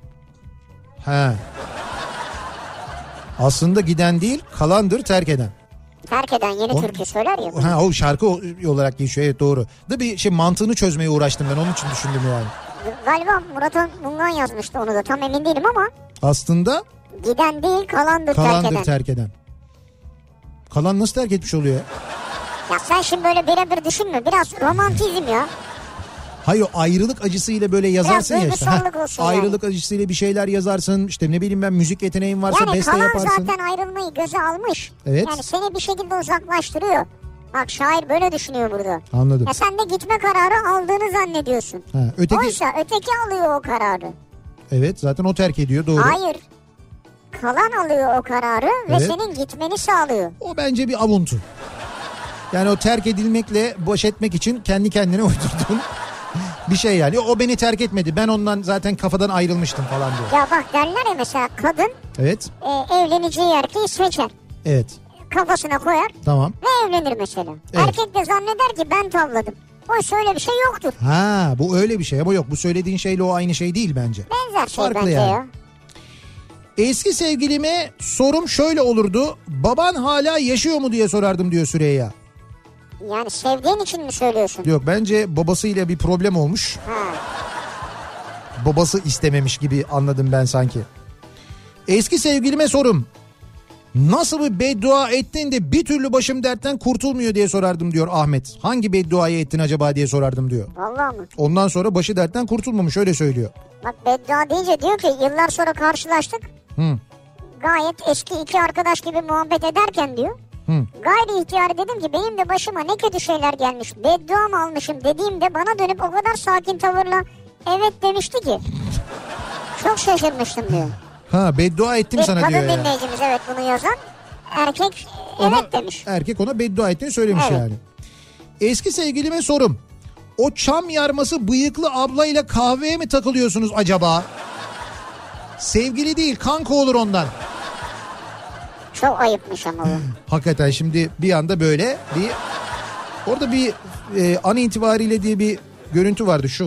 Aslında giden değil, kalandır terk eden. Terk eden yeni türkü söyler ya. O şarkı olarak geçiyor, evet doğru. Da bir mantığını çözmeye uğraştım ben, onun için düşündüm yani. Galiba Murat Mungan yazmıştı onu da, tam emin değilim ama. Aslında giden değil, kalandır terk eden. Kalan nasıl terk etmiş oluyor ya? Ya sen şimdi böyle birebir düşünme, biraz romantizm ya. Hayır, o ayrılık acısıyla böyle yazarsın ya işte. Ayrılık acısıyla bir şeyler yazarsın. İşte ne bileyim ben, müzik yeteneğin varsa yani beste yaparsın. Yani kalan zaten ayrılmayı göze almış. Evet. Yani seni bir şekilde uzaklaştırıyor. Bak şair böyle düşünüyor burada. Anladım. Ya sen de gitme kararı aldığını zannediyorsun. Oysa öteki alıyor o kararı. Evet, zaten o terk ediyor, doğru. Hayır. Kalan alıyor o kararı ve senin gitmeni sağlıyor. O bence bir avuntu. Yani o terk edilmekle baş etmek için kendi kendine uydurduğun Bir şey yani o beni terk etmedi ben ondan zaten kafadan ayrılmıştım falan diyor. Ya bak derler ya mesela kadın Evet. Evleneceği erkeği seçer. Evet. Kafasına koyar. Tamam. Ve evlenir mesela. Evet. Erkek de zanneder ki ben tavladım. Oysa öyle bir şey yoktur. Ha bu öyle bir şey ama yok bu söylediğin şeyle o aynı şey değil bence. Benzer şey farklı bence yani. ya. Eski sevgilime sorum şöyle olurdu. Baban hala yaşıyor mu diye sorardım diyor Süreyya. Yani sevdiğin için mi söylüyorsun? Yok bence babasıyla bir problem olmuş. Ha. Babası istememiş gibi anladım ben sanki. Eski sevgilime sorum. Nasıl bir beddua ettin de bir türlü başım dertten kurtulmuyor diye sorardım diyor Ahmet. Hangi bedduayı ettin acaba diye sorardım diyor. Vallahi mı? Ondan sonra başı dertten kurtulmamış öyle söylüyor. Bak beddua deyince diyor ki yıllar sonra karşılaştık. Hı. Gayet eski iki arkadaş gibi muhabbet ederken diyor. Gayri ihtiyari dedim ki benim de başıma ne kötü şeyler gelmiş. Beddua mı almışım dediğimde bana dönüp o kadar sakin tavırla evet demişti ki. Çok şaşırmıştım diyor. Ha beddua ettim sana diyor ya. Kadın dinleyicimiz evet bunu yazan. Erkek evet demiş. Erkek ona beddua ettiğini söylemiş evet. yani. Eski sevgilime sorum. O çam yarması bıyıklı ablayla kahveye mi takılıyorsunuz acaba? Sevgili değil kanka olur ondan. Çok ayıpmış ama bu. Hakikaten şimdi bir anda böyle bir... Orada bir an itibariyle diye bir görüntü vardı şu.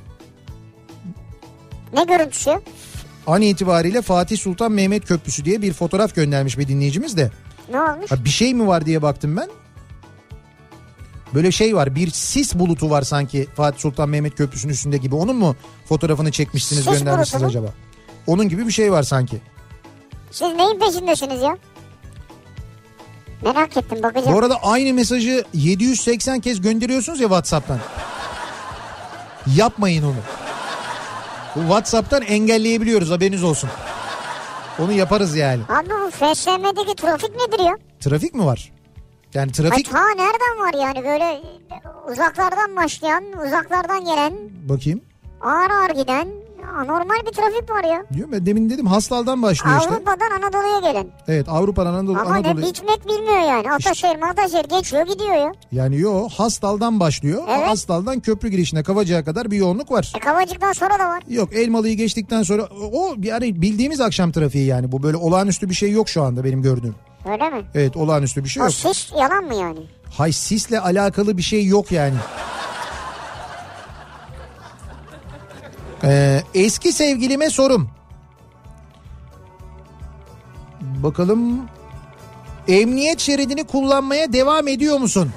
Ne görüntüsü? An itibariyle Fatih Sultan Mehmet Köprüsü diye bir fotoğraf göndermiş bir dinleyicimiz de. Ne olmuş? Bir şey mi var diye baktım ben. Böyle şey var bir sis bulutu var sanki Fatih Sultan Mehmet Köprüsü'nün üstünde gibi. Onun mu fotoğrafını çekmişsiniz sis göndermişsiniz acaba? Onun gibi bir şey var sanki. Siz neyin peşindesiniz ya? Merak ettim bakacağım. Bu arada aynı mesajı 780 kez gönderiyorsunuz ya WhatsApp'tan. Yapmayın onu. Bu WhatsApp'tan engelleyebiliyoruz haberiniz olsun. Onu yaparız yani. Abi bu FSM'deki trafik nedir ya? Trafik mi var? Yani trafik... Ta nereden var yani böyle uzaklardan başlayan, uzaklardan gelen... Bakayım. Ağır ağır giden anormal bir trafik var ya. Diyorum ben demin dedim Hastal'dan başlıyor işte. Avrupa'dan Anadolu'ya gelen. Evet Avrupa'dan Anadolu'ya. Ama ne bitmek bilmiyor yani. Ataşehir geçiyor gidiyor ya. Yani Hastal'dan başlıyor. Evet. Hastal'dan köprü girişine Kavacık'a kadar bir yoğunluk var. Kavacık'tan sonra da var. Yok Elmalı'yı geçtikten sonra o yani bildiğimiz akşam trafiği yani. Bu böyle olağanüstü bir şey yok şu anda benim gördüğüm. Öyle mi? Evet olağanüstü bir şey yok. O sis yalan mı yani? Hay sisle alakalı bir şey yok yani. Eski sevgilime sorum. Bakalım. Emniyet şeridini kullanmaya devam ediyor musun?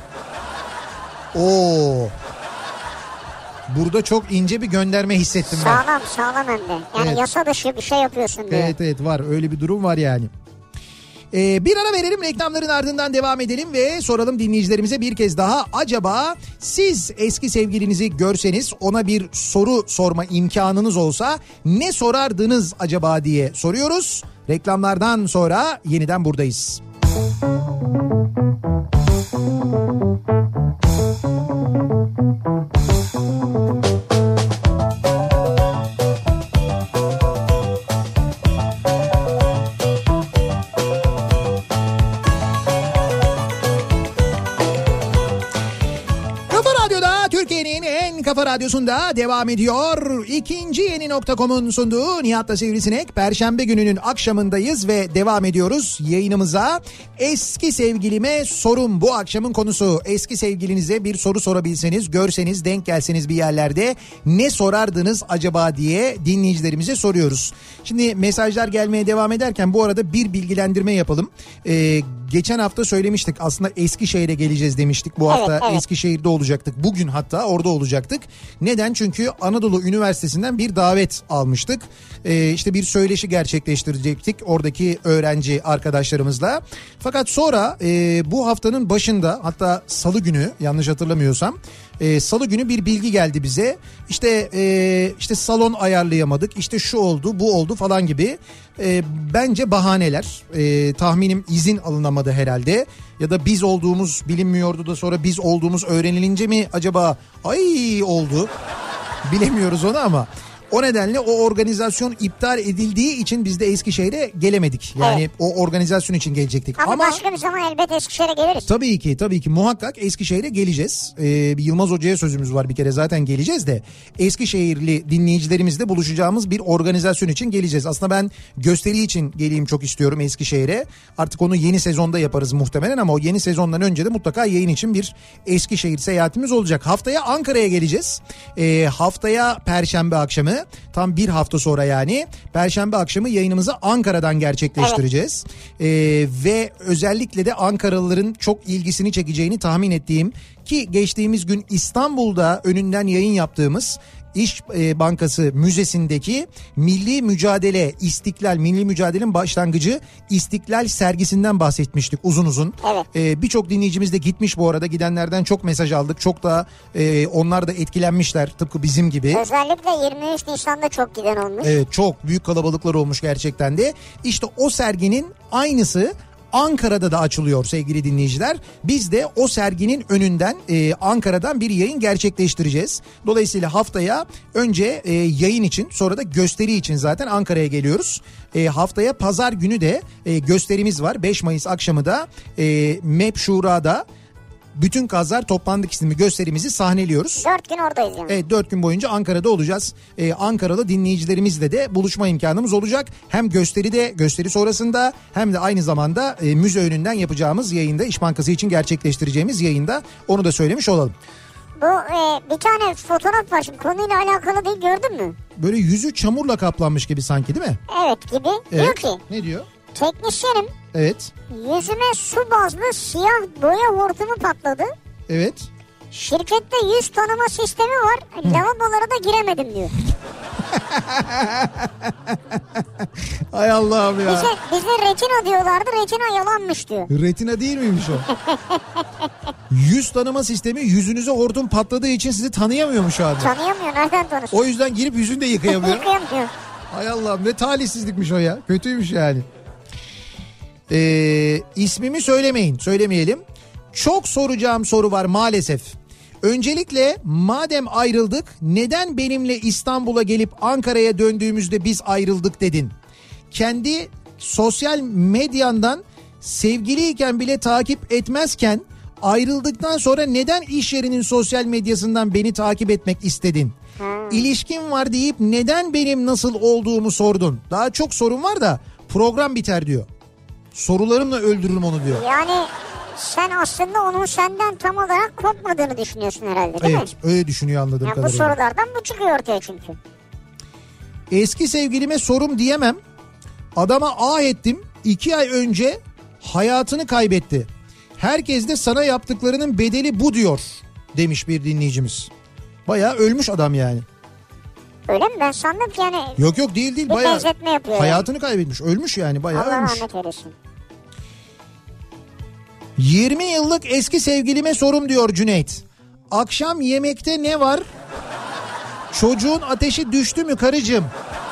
Oo. Burada çok ince bir gönderme hissettim ben. Sağlam hem de. Yani evet. Yasa dışı bir şey yapıyorsun diye. Evet var öyle bir durum var yani. Bir ara verelim reklamların ardından devam edelim ve soralım dinleyicilerimize bir kez daha. Acaba siz eski sevgilinizi görseniz ona bir soru sorma imkanınız olsa ne sorardınız acaba diye soruyoruz. Reklamlardan sonra yeniden buradayız. Kafa Radyosu'nda devam ediyor. İkinci Yeni.com'un sunduğu Nihat'la Sivrisinek. Perşembe gününün akşamındayız ve devam ediyoruz yayınımıza. Eski sevgilime sorum bu akşamın konusu. Eski sevgilinize bir soru sorabilseniz, görseniz, denk gelseniz bir yerlerde ne sorardınız acaba diye dinleyicilerimize soruyoruz. Şimdi mesajlar gelmeye devam ederken bu arada bir bilgilendirme yapalım. Geçen hafta söylemiştik aslında Eskişehir'e geleceğiz demiştik. Bu hafta evet. Eskişehir'de olacaktık. Bugün hatta orada olacaktık. Neden? Çünkü Anadolu Üniversitesi'nden bir davet almıştık. İşte bir söyleşi gerçekleştirecektik oradaki öğrenci arkadaşlarımızla. Fakat sonra bu haftanın başında hatta salı günü yanlış hatırlamıyorsam salı günü bir bilgi geldi bize. İşte salon ayarlayamadık. İşte şu oldu, bu oldu falan gibi. Bence bahaneler. Tahminim izin alınamadı herhalde. Ya da biz olduğumuz bilinmiyordu da sonra biz olduğumuz öğrenilince mi acaba ay oldu? Bilemiyoruz onu ama O nedenle o organizasyon iptal edildiği için biz de Eskişehir'e gelemedik. Yani o organizasyon için gelecektik. Ama başka bir zaman elbet Eskişehir'e geliriz. Tabii ki muhakkak Eskişehir'e geleceğiz. Yılmaz Hoca'ya sözümüz var bir kere, zaten geleceğiz de. Eskişehirli dinleyicilerimizle buluşacağımız bir organizasyon için geleceğiz. Aslında ben gösteri için geleyim çok istiyorum Eskişehir'e. Artık onu yeni sezonda yaparız muhtemelen ama o yeni sezondan önce de mutlaka yayın için bir Eskişehir seyahatimiz olacak. Haftaya Ankara'ya geleceğiz. Haftaya Perşembe akşamı, tam bir hafta sonra yani Perşembe akşamı yayınımızı Ankara'dan gerçekleştireceğiz. Ve özellikle de Ankaralıların çok ilgisini çekeceğini tahmin ettiğim, ki geçtiğimiz gün İstanbul'da önünden yayın yaptığımız İş Bankası Müzesi'ndeki Milli Mücadele, İstiklal, Milli Mücadele'nin başlangıcı İstiklal sergisinden bahsetmiştik uzun uzun. Evet. Birçok dinleyicimiz de gitmiş bu arada. Gidenlerden çok mesaj aldık. Çok da onlar da etkilenmişler tıpkı bizim gibi. Özellikle 23 Nisan'da çok giden olmuş. Evet, çok büyük kalabalıklar olmuş gerçekten de. İşte o serginin aynısı Ankara'da da açılıyor sevgili dinleyiciler. Biz de o serginin önünden Ankara'dan bir yayın gerçekleştireceğiz. Dolayısıyla haftaya önce yayın için, sonra da gösteri için zaten Ankara'ya geliyoruz. Haftaya pazar günü de gösterimiz var. 5 Mayıs akşamı da MEP Şura'da Bütün Kazlar Toplandık isimli gösterimizi sahneliyoruz. 4 gün oradayız yani. Evet, 4 gün boyunca Ankara'da olacağız. Ankaralı dinleyicilerimizle de buluşma imkanımız olacak. Hem gösteri sonrasında hem de aynı zamanda müze önünden yapacağımız yayında, İş Bankası için gerçekleştireceğimiz yayında, onu da söylemiş olalım. Bu bir tane fotoğraf var, şimdi konuyla alakalı değil, gördün mü? Böyle yüzü çamurla kaplanmış gibi sanki, değil mi? Evet gibi. Evet. Diyor ki Ne diyor? teknisyenim, Evet. yüzüme su bazlı siyah boya hortumu patladı. Evet. Şirkette yüz tanıma sistemi var. Lavabolara da giremedim diyor. Hay Allah'ım ya. Bize retina diyorlardı. Retina yalanmış diyor. Retina değil miymiş o? Yüz tanıma sistemi yüzünüze hortum patladığı için sizi tanıyamıyormuş abi. Tanıyamıyor. Nereden tanısın? O yüzden girip yüzünü de yıkayamıyor. Yıkayamıyor. Hay Allah'ım, ne talihsizlikmiş o ya. Kötüymüş yani. İsmimi söylemeyelim. Çok soracağım soru var maalesef. Öncelikle madem ayrıldık, neden benimle İstanbul'a gelip Ankara'ya döndüğümüzde biz ayrıldık dedin? Kendi sosyal medyandan sevgiliyken bile takip etmezken ayrıldıktan sonra neden iş yerinin sosyal medyasından beni takip etmek istedin? İlişkin var deyip neden benim nasıl olduğumu sordun? Daha çok sorun var da program biter diyor. Sorularımla öldürürüm onu diyor. Yani sen aslında onun senden tam olarak kopmadığını düşünüyorsun herhalde, değil mi? Evet, öyle düşünüyor anladığım yani kadarıyla. bu sorulardan bu çıkıyor ortaya çünkü. Eski sevgilime sorum diyemem. Adama ettim. 2 ay önce hayatını kaybetti. Herkes de sana yaptıklarının bedeli bu diyor demiş bir dinleyicimiz. Bayağı ölmüş adam yani. Öyle mi? Ben sandım ki yani. Yok değil bir bayağı benzetme yapıyor. hayatını kaybetmiş. Ölmüş yani, bayağı Allah ölmüş. rahmet eylesin. 20 yıllık eski sevgilime sorum diyor Cüneyt. Akşam yemekte ne var? Çocuğun ateşi düştü mü karıcığım?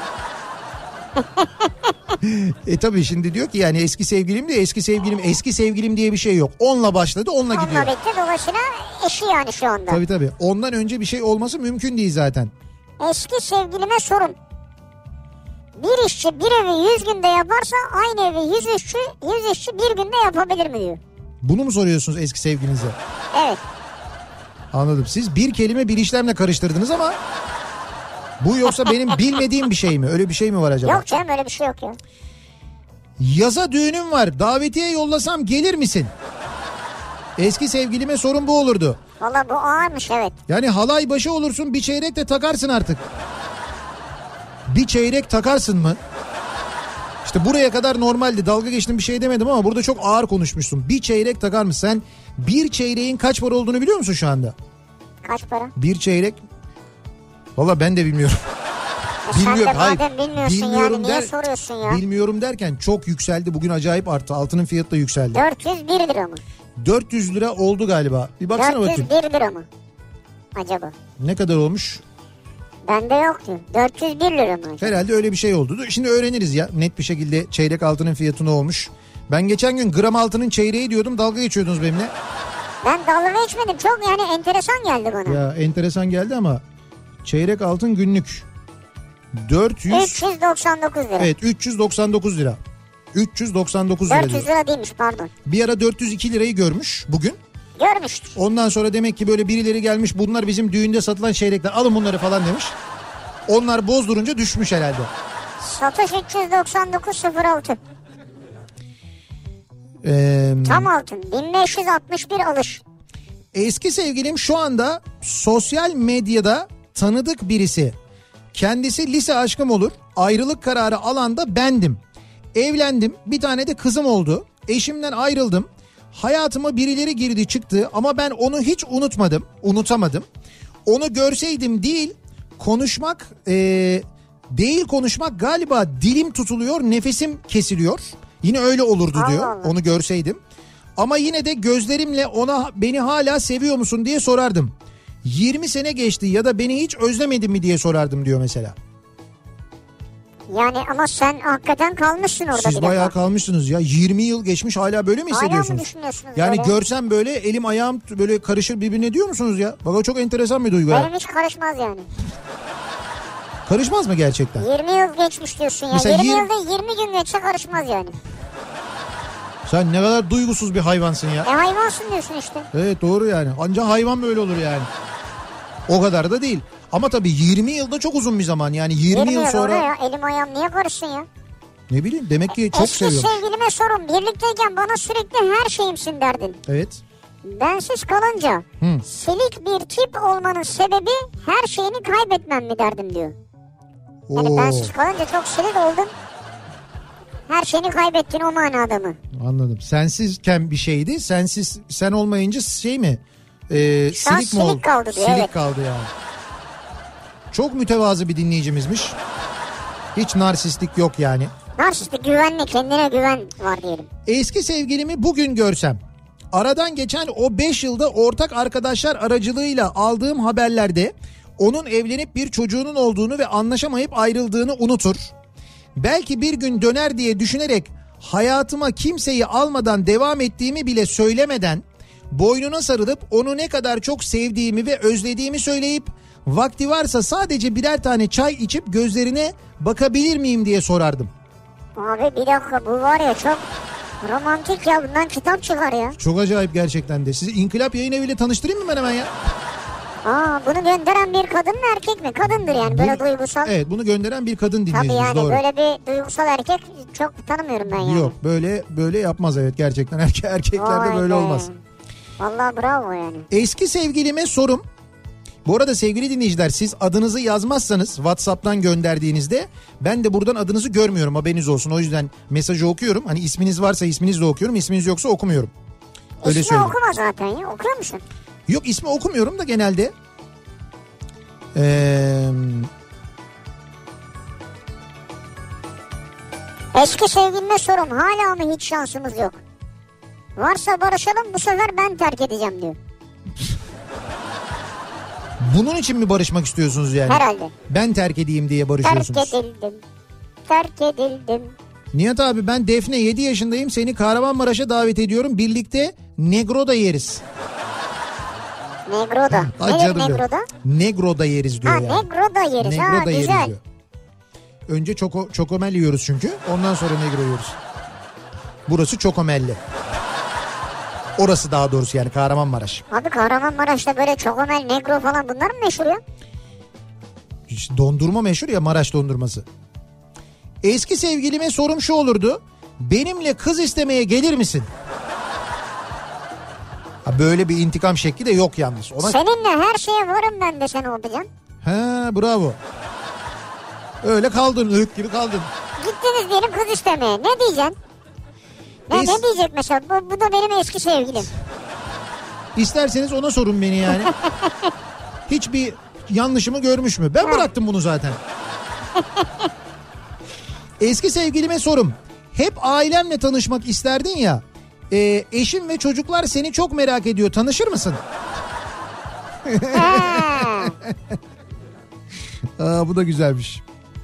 Tabii şimdi diyor ki yani eski sevgilim de eski sevgilim diye bir şey yok. Onunla başladı, onunla gidiyor. Onunla bitti, dolayısıyla eşi yani şu anda. Tabii. Ondan önce bir şey olması mümkün değil zaten. Eski sevgilime sorum. Bir işçi bir evi 100 günde yaparsa aynı evi 100 işçi bir günde yapabilir mi diyor. Bunu mu soruyorsunuz eski sevgilinize? Evet. Anladım. Siz bir kelime bir işlemle karıştırdınız ama bu yoksa benim bilmediğim bir şey mi? Öyle bir şey mi var acaba? Yok canım, öyle bir şey yok ya. Yaza düğünüm var. Davetiye yollasam gelir misin? Eski sevgilime sorun bu olurdu. Valla bu ağırmış, evet. Yani halay başı olursun, bir çeyrek de takarsın artık. Bir çeyrek takarsın mı? İşte buraya kadar normaldi, dalga geçtim, bir şey demedim ama burada çok ağır konuşmuşsun. Bir çeyrek takar mısın? Sen bir çeyreğin kaç para olduğunu biliyor musun şu anda? Kaç para? Bir çeyrek. Valla ben de bilmiyorum. Sen de madem bilmiyorsun yani niye soruyorsun ya? Bilmiyorum derken çok yükseldi. Bugün acayip arttı. Altının fiyatı da yükseldi. 401 lira mı? 400 lira oldu galiba. Bir baksana 401 bakayım. 401 lira mı? Acaba? Ne kadar olmuş? Bende yoktu. 401 lira mı? Herhalde öyle bir şey oldu. Şimdi öğreniriz ya net bir şekilde çeyrek altının fiyatı ne olmuş. Ben geçen gün gram altının çeyreği diyordum, dalga geçiyordunuz benimle. Ben dalga geçmedim, çok yani enteresan geldi bana. Ya enteresan geldi ama çeyrek altın günlük. 399 lira. Evet 399 lira. 399 lira 400 diyor. lira değilmiş pardon. Bir ara 402 lirayı görmüş bugün. Görmüştür. Ondan sonra demek ki böyle birileri gelmiş, bunlar bizim düğünde satılan çeyrekler, alın bunları falan demiş. Onlar bozdurunca düşmüş herhalde. Satış 399.06. Tam altın 1561 alış. Eski sevgilim şu anda sosyal medyada tanıdık birisi. Kendisi lise aşkım olur. Ayrılık kararı alan da bendim. Evlendim. Bir tane de kızım oldu. Eşimden ayrıldım. Hayatıma birileri girdi çıktı ama ben onu hiç unutamadım. Onu görseydim konuşmak galiba dilim tutuluyor, nefesim kesiliyor. Yine öyle olurdu diyor. Allah Allah. Onu görseydim. Ama yine de gözlerimle ona beni hala seviyor musun diye sorardım. 20 sene geçti ya da beni hiç özlemedin mi diye sorardım diyor mesela. Yani ama sen hakikaten kalmışsın orada. Siz bayağı kalmışsınız ya. 20 yıl geçmiş, hala böyle mi hissediyorsunuz? Hala mı düşünüyorsunuz Yani böyle? görsem böyle elim ayağım böyle karışır birbirine diyor musunuz ya? Bak o çok enteresan bir duygu. Benim hiç karışmaz yani. Karışmaz mı gerçekten? 20 yıl geçmiş diyorsun ya. Mesela 20 yılda 20 gün geçse karışmaz yani. Sen ne kadar duygusuz bir hayvansın ya. Hayvansın diyorsun işte. Evet doğru yani. Ancak hayvan böyle olur yani. O kadar da değil. Ama tabii 20 yılda çok uzun bir zaman yani 20 yıl sonra. Ya, elim ayağım niye karışsın ya? Ne bileyim, demek ki çok seviyorum. Eski sevgilime sorun, birlikteyken bana sürekli her şeyimsin derdin. Evet. Bensiz kalınca silik bir tip olmanın sebebi her şeyini kaybetmem mi derdim diyor. Yani bensiz kalınca çok silik oldun. Her şeyini kaybettin o manada mı? Anladım. Sensizken bir şeydi. Sen olmayınca şey mi? Silik mi oldu? Silik kaldı diyor. Silik evet. kaldı yani. Çok mütevazı bir dinleyicimizmiş. Hiç narsistlik yok yani. Narsistik, güvenli, kendine güven var diyelim. Eski sevgilimi bugün görsem, aradan geçen o 5 yılda ortak arkadaşlar aracılığıyla aldığım haberlerde onun evlenip bir çocuğunun olduğunu ve anlaşamayıp ayrıldığını unutur. Belki bir gün döner diye düşünerek hayatıma kimseyi almadan devam ettiğimi bile söylemeden boynuna sarılıp onu ne kadar çok sevdiğimi ve özlediğimi söyleyip vakti varsa sadece birer tane çay içip gözlerine bakabilir miyim diye sorardım. Abi bir dakika, bu var ya çok romantik ya, bundan kitap çıkar ya. Çok acayip gerçekten de. Sizi İnkılap Yayın Evi'yle tanıştırayım mı ben hemen ya? Bunu gönderen bir kadın mı erkek mi? Kadındır yani, böyle duygusal. Evet, bunu gönderen bir kadın Tabii dinleyicimiz, yani doğru. böyle bir duygusal erkek çok tanımıyorum ben yani. Yok, böyle yapmaz, evet, gerçekten erkeklerde böyle olmaz. Vallahi bravo yani. Eski sevgilime sorum. Bu arada sevgili dinleyiciler, siz adınızı yazmazsanız WhatsApp'tan gönderdiğinizde ben de buradan adınızı görmüyorum, haberiniz olsun. O yüzden mesajı okuyorum. Hani isminiz varsa isminizi de okuyorum, isminiz yoksa okumuyorum. Öyle İsmi söyleyeyim. okuma zaten ya, okuyor musun? Yok, ismi okumuyorum da genelde. Eski sevgilime sorum, hala mı hiç şansımız yok? Varsa barışalım, bu sefer ben terk edeceğim diyor. Bunun için mi barışmak istiyorsunuz yani? Herhalde. Ben terk edeyim diye barışıyorsunuz. Terk edildim. Nihat abi, ben Defne, 7 yaşındayım, seni Kahramanmaraş'a davet ediyorum. Birlikte Negro'da yeriz. Negro'da. Nedir Negro'da? Negro'da yeriz diyor yani. Negro'da yeriz. Negro'da yeriz güzel. diyor. Önce çokomel yiyoruz çünkü. Ondan sonra negro yiyoruz. Burası çokomelli. Orası daha doğrusu yani Kahramanmaraş. Abi Kahramanmaraş'ta böyle çokomel, negro falan bunlar mı meşhur ya? İşte dondurma meşhur ya, Maraş dondurması. Eski sevgilime sorum şu olurdu. Benimle kız istemeye gelir misin? Ha, böyle bir intikam şekli de yok yalnız. Seninle her şeye varım ben de, sen olacaksın. He, bravo. Öyle kaldın, ırk gibi kaldın. Gittiniz diyelim kız istemeye. Ne diyeceksin? Ne diyecek mesela? Bu da benim eski sevgilim. İsterseniz ona sorun beni yani. Hiçbir yanlışımı görmüş mü? Ben bıraktım bunu zaten. Eski sevgilime sorum. Hep ailemle tanışmak isterdin ya. Eşim ve çocuklar seni çok merak ediyor. Tanışır mısın? Bu da güzelmiş.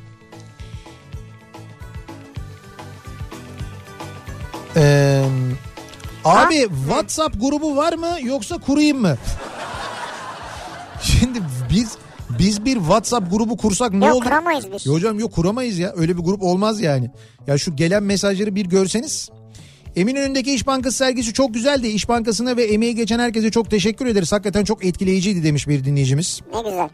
Abi WhatsApp grubu var mı yoksa kurayım mı? Şimdi biz Biz bir WhatsApp grubu kursak ne olur? Yok kuramayız biz. Hocam yok kuramayız ya. Öyle bir grup olmaz yani. Ya şu gelen mesajları bir görseniz. Eminönü'ndeki İş Bankası sergisi çok güzeldi. İş Bankası'na ve emeği geçen herkese çok teşekkür ederiz. Hakikaten çok etkileyiciydi demiş bir dinleyicimiz. Ne güzel.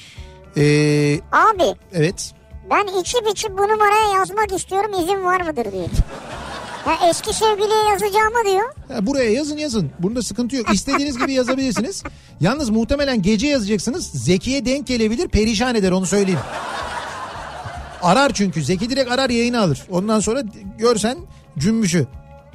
Abi. Abi. Evet. Ben içip bu numaraya yazmak istiyorum, izin var mıdır diyor. Ya eski sevgiliye yazacağımı diyor. Ya buraya yazın. Bunda sıkıntı yok. İstediğiniz gibi yazabilirsiniz. Yalnız muhtemelen gece yazacaksınız. Zeki'ye denk gelebilir, perişan eder, onu söyleyeyim. Arar çünkü. Zeki direkt arar, yayını alır. Ondan sonra görsen cümbüşü.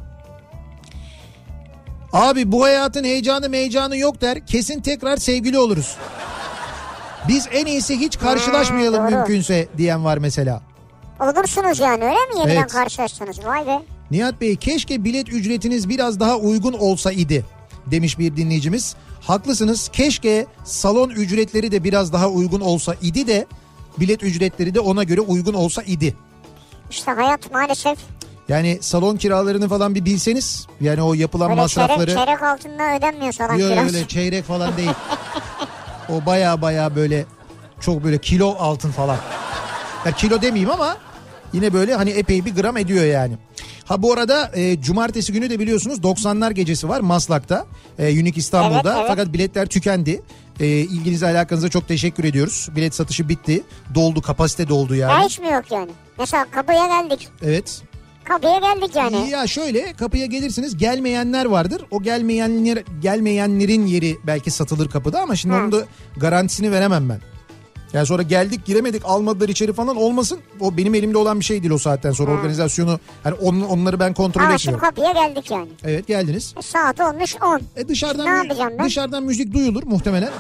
Abi bu hayatın heyecanı yok der. Kesin tekrar sevgili oluruz. Biz en iyisi hiç karşılaşmayalım mümkünse diyen var mesela. Olursunuz yani, öyle mi? Yeniden Evet. karşılaştınız. Vay be. Nihat Bey, keşke bilet ücretiniz biraz daha uygun olsa idi demiş bir dinleyicimiz. Haklısınız, keşke salon ücretleri de biraz daha uygun olsa idi de bilet ücretleri de ona göre uygun olsa idi. İşte hayat maalesef. Yani salon kiralarını falan bir bilseniz, yani o yapılan Öyle masrafları. çeyrek altında ödenmiyor salon Yok kirası. öyle çeyrek falan değil. O baya böyle çok böyle kilo altın falan. Ya kilo demeyeyim ama yine böyle hani epey bir gram ediyor yani. Ha bu arada cumartesi günü de biliyorsunuz 90'lar gecesi var Maslak'ta. Unique İstanbul'da. Evet. Fakat biletler tükendi. İlginize alakanıza çok teşekkür ediyoruz. Bilet satışı bitti. Doldu, kapasite doldu yani. Ya hiç mi yok yani? Mesela kapıya geldik. Evet. Kapıya geldik yani. Ya şöyle, kapıya gelirsiniz, gelmeyenler vardır. O gelmeyenlerin yeri belki satılır kapıda ama şimdi onun da garantisini veremem ben. Yani sonra geldik giremedik, almadılar içeri falan olmasın. O benim elimde olan bir şey değil o saatten sonra. Organizasyonu, hani onları ben kontrol Ama etmiyorum. şimdi kapıya geldik yani. Evet, geldiniz. Saat olmuş 10. Ne yapacağım ben? Dışarıdan müzik duyulur muhtemelen.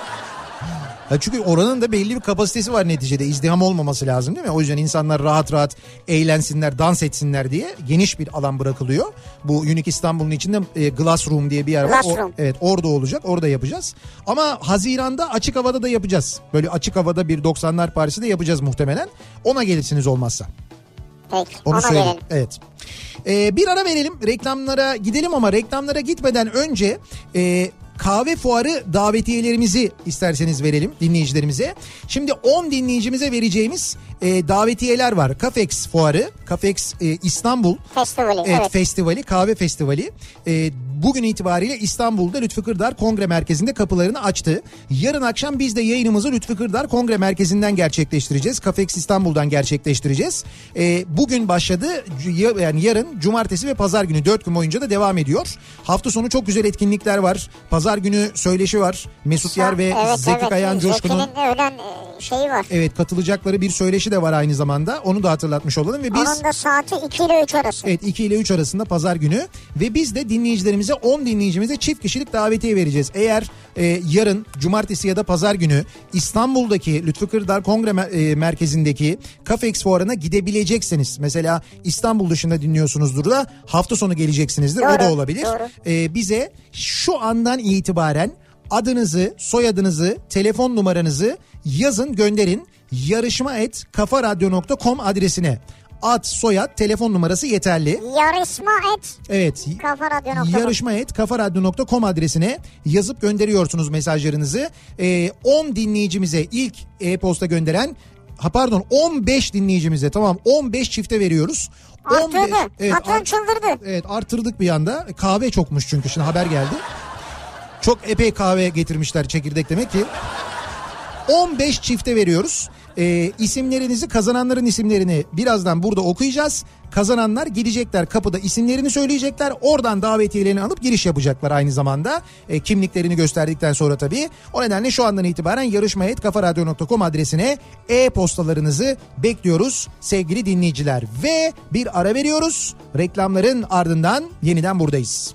Ya çünkü oranın da belli bir kapasitesi var neticede. İzdiham olmaması lazım değil mi? O yüzden insanlar rahat rahat eğlensinler, dans etsinler diye geniş bir alan bırakılıyor. Bu Unique İstanbul'un içinde Glass Room diye bir yer var. Evet, orada olacak. Orada yapacağız. Ama Haziran'da açık havada da yapacağız. Böyle açık havada bir 90'lar partisi de yapacağız muhtemelen. Ona gelirsiniz olmazsa. Peki, onu söyleyeyim. Evet. Bir ara verelim. Reklamlara gidelim ama reklamlara gitmeden önce kahve fuarı davetiyelerimizi isterseniz verelim dinleyicilerimize. Şimdi 10 dinleyicimize vereceğimiz davetiyeler var. Cafex fuarı, Cafex İstanbul Festivali. Evet, festivali, kahve festivali. Bugün itibariyle İstanbul'da Lütfü Kırdar Kongre Merkezi'nde kapılarını açtı. Yarın akşam biz de yayınımızı Lütfü Kırdar Kongre Merkezi'nden gerçekleştireceğiz. Cafex İstanbul'dan gerçekleştireceğiz. Bugün başladı, yani yarın, cumartesi ve pazar günü 4 gün boyunca da devam ediyor. Hafta sonu çok güzel etkinlikler var. Pazar günü söyleşi var. Mesut Yer ve Zeki Kayan Coşkun'un. Zeki'nin öğlen şeyi var. Evet, katılacakları bir söyleşi de var aynı zamanda. Onu da hatırlatmış olalım. Ve biz, onun da saati 2 ile 3 arası. Evet, 2 ile 3 arasında pazar günü. Ve biz de dinleyicilerimize, 10 dinleyicimize çift kişilik davetiye vereceğiz. Eğer yarın cumartesi ya da pazar günü İstanbul'daki Lütfü Kırdar Kongre Merkezi'ndeki Cafex fuarına gidebilecekseniz, mesela İstanbul dışında dinliyorsunuzdur da hafta sonu geleceksinizdir. Doğru, o da olabilir. Bize şu andan itibaren adınızı, soyadınızı, telefon numaranızı yazın, gönderin. yarışma@kafaradyo.com adresine. Ad, soyad, telefon numarası yeterli. Evet. Yarışma@kafaradyo.com adresine yazıp gönderiyorsunuz mesajlarınızı. 10 dinleyicimize, ilk e-posta gönderen, 15 dinleyicimize, tamam, 15 çifte veriyoruz. Arttırdı. Patron çıldırdı. Evet, arttırdık bir anda. Kahve çokmuş çünkü, şimdi haber geldi. Çok epey kahve getirmişler, çekirdek demek ki. 15 çifte veriyoruz. İsimlerinizi, kazananların isimlerini birazdan burada okuyacağız. Kazananlar gidecekler, kapıda isimlerini söyleyecekler. Oradan davetiyelerini alıp giriş yapacaklar aynı zamanda. Kimliklerini gösterdikten sonra tabii. O nedenle şu andan itibaren yarışma@kafaradyo.com adresine e-postalarınızı bekliyoruz sevgili dinleyiciler. Ve bir ara veriyoruz. Reklamların ardından yeniden buradayız.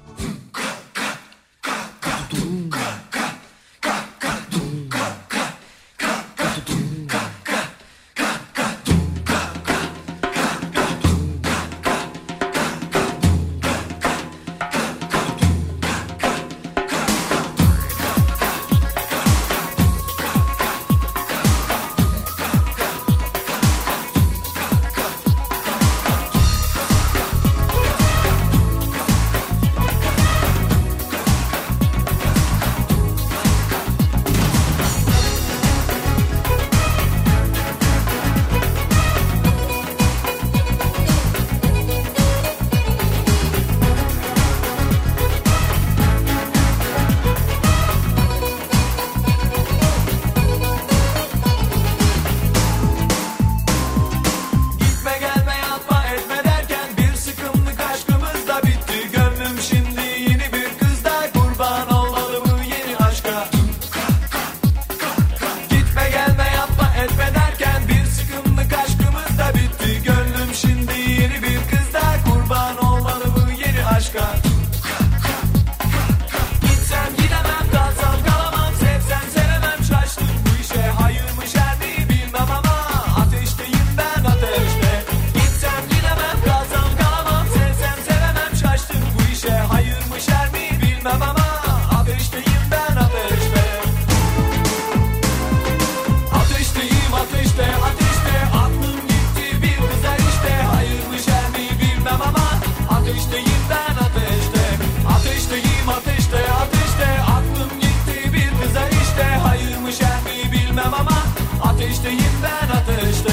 Ateşteyim ben ateşte.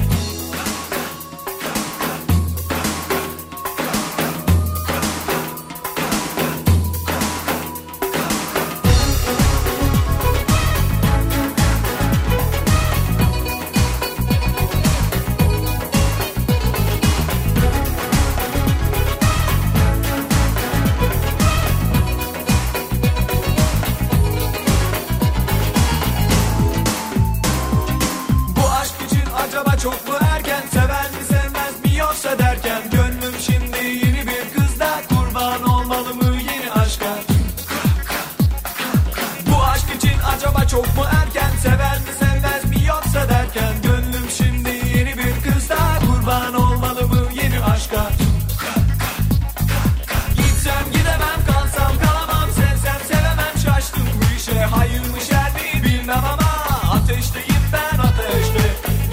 Çok mu erken, sever mi sevmez mi yoksa derken, gönlüm şimdi yeni bir kızda, kurban olmalı mı yeni aşka? Bu aşk için acaba çok mu erken, sever mi sevmez mi yoksa derken, gönlüm şimdi yeni bir kızda, kurban olmalı mı yeni aşka? Gitsem gidemem, kalsam kalamam, sevsem sevemem, şaştım bu işe, hayır mı şer mi bilmem ama ateşteyim ben ateşte.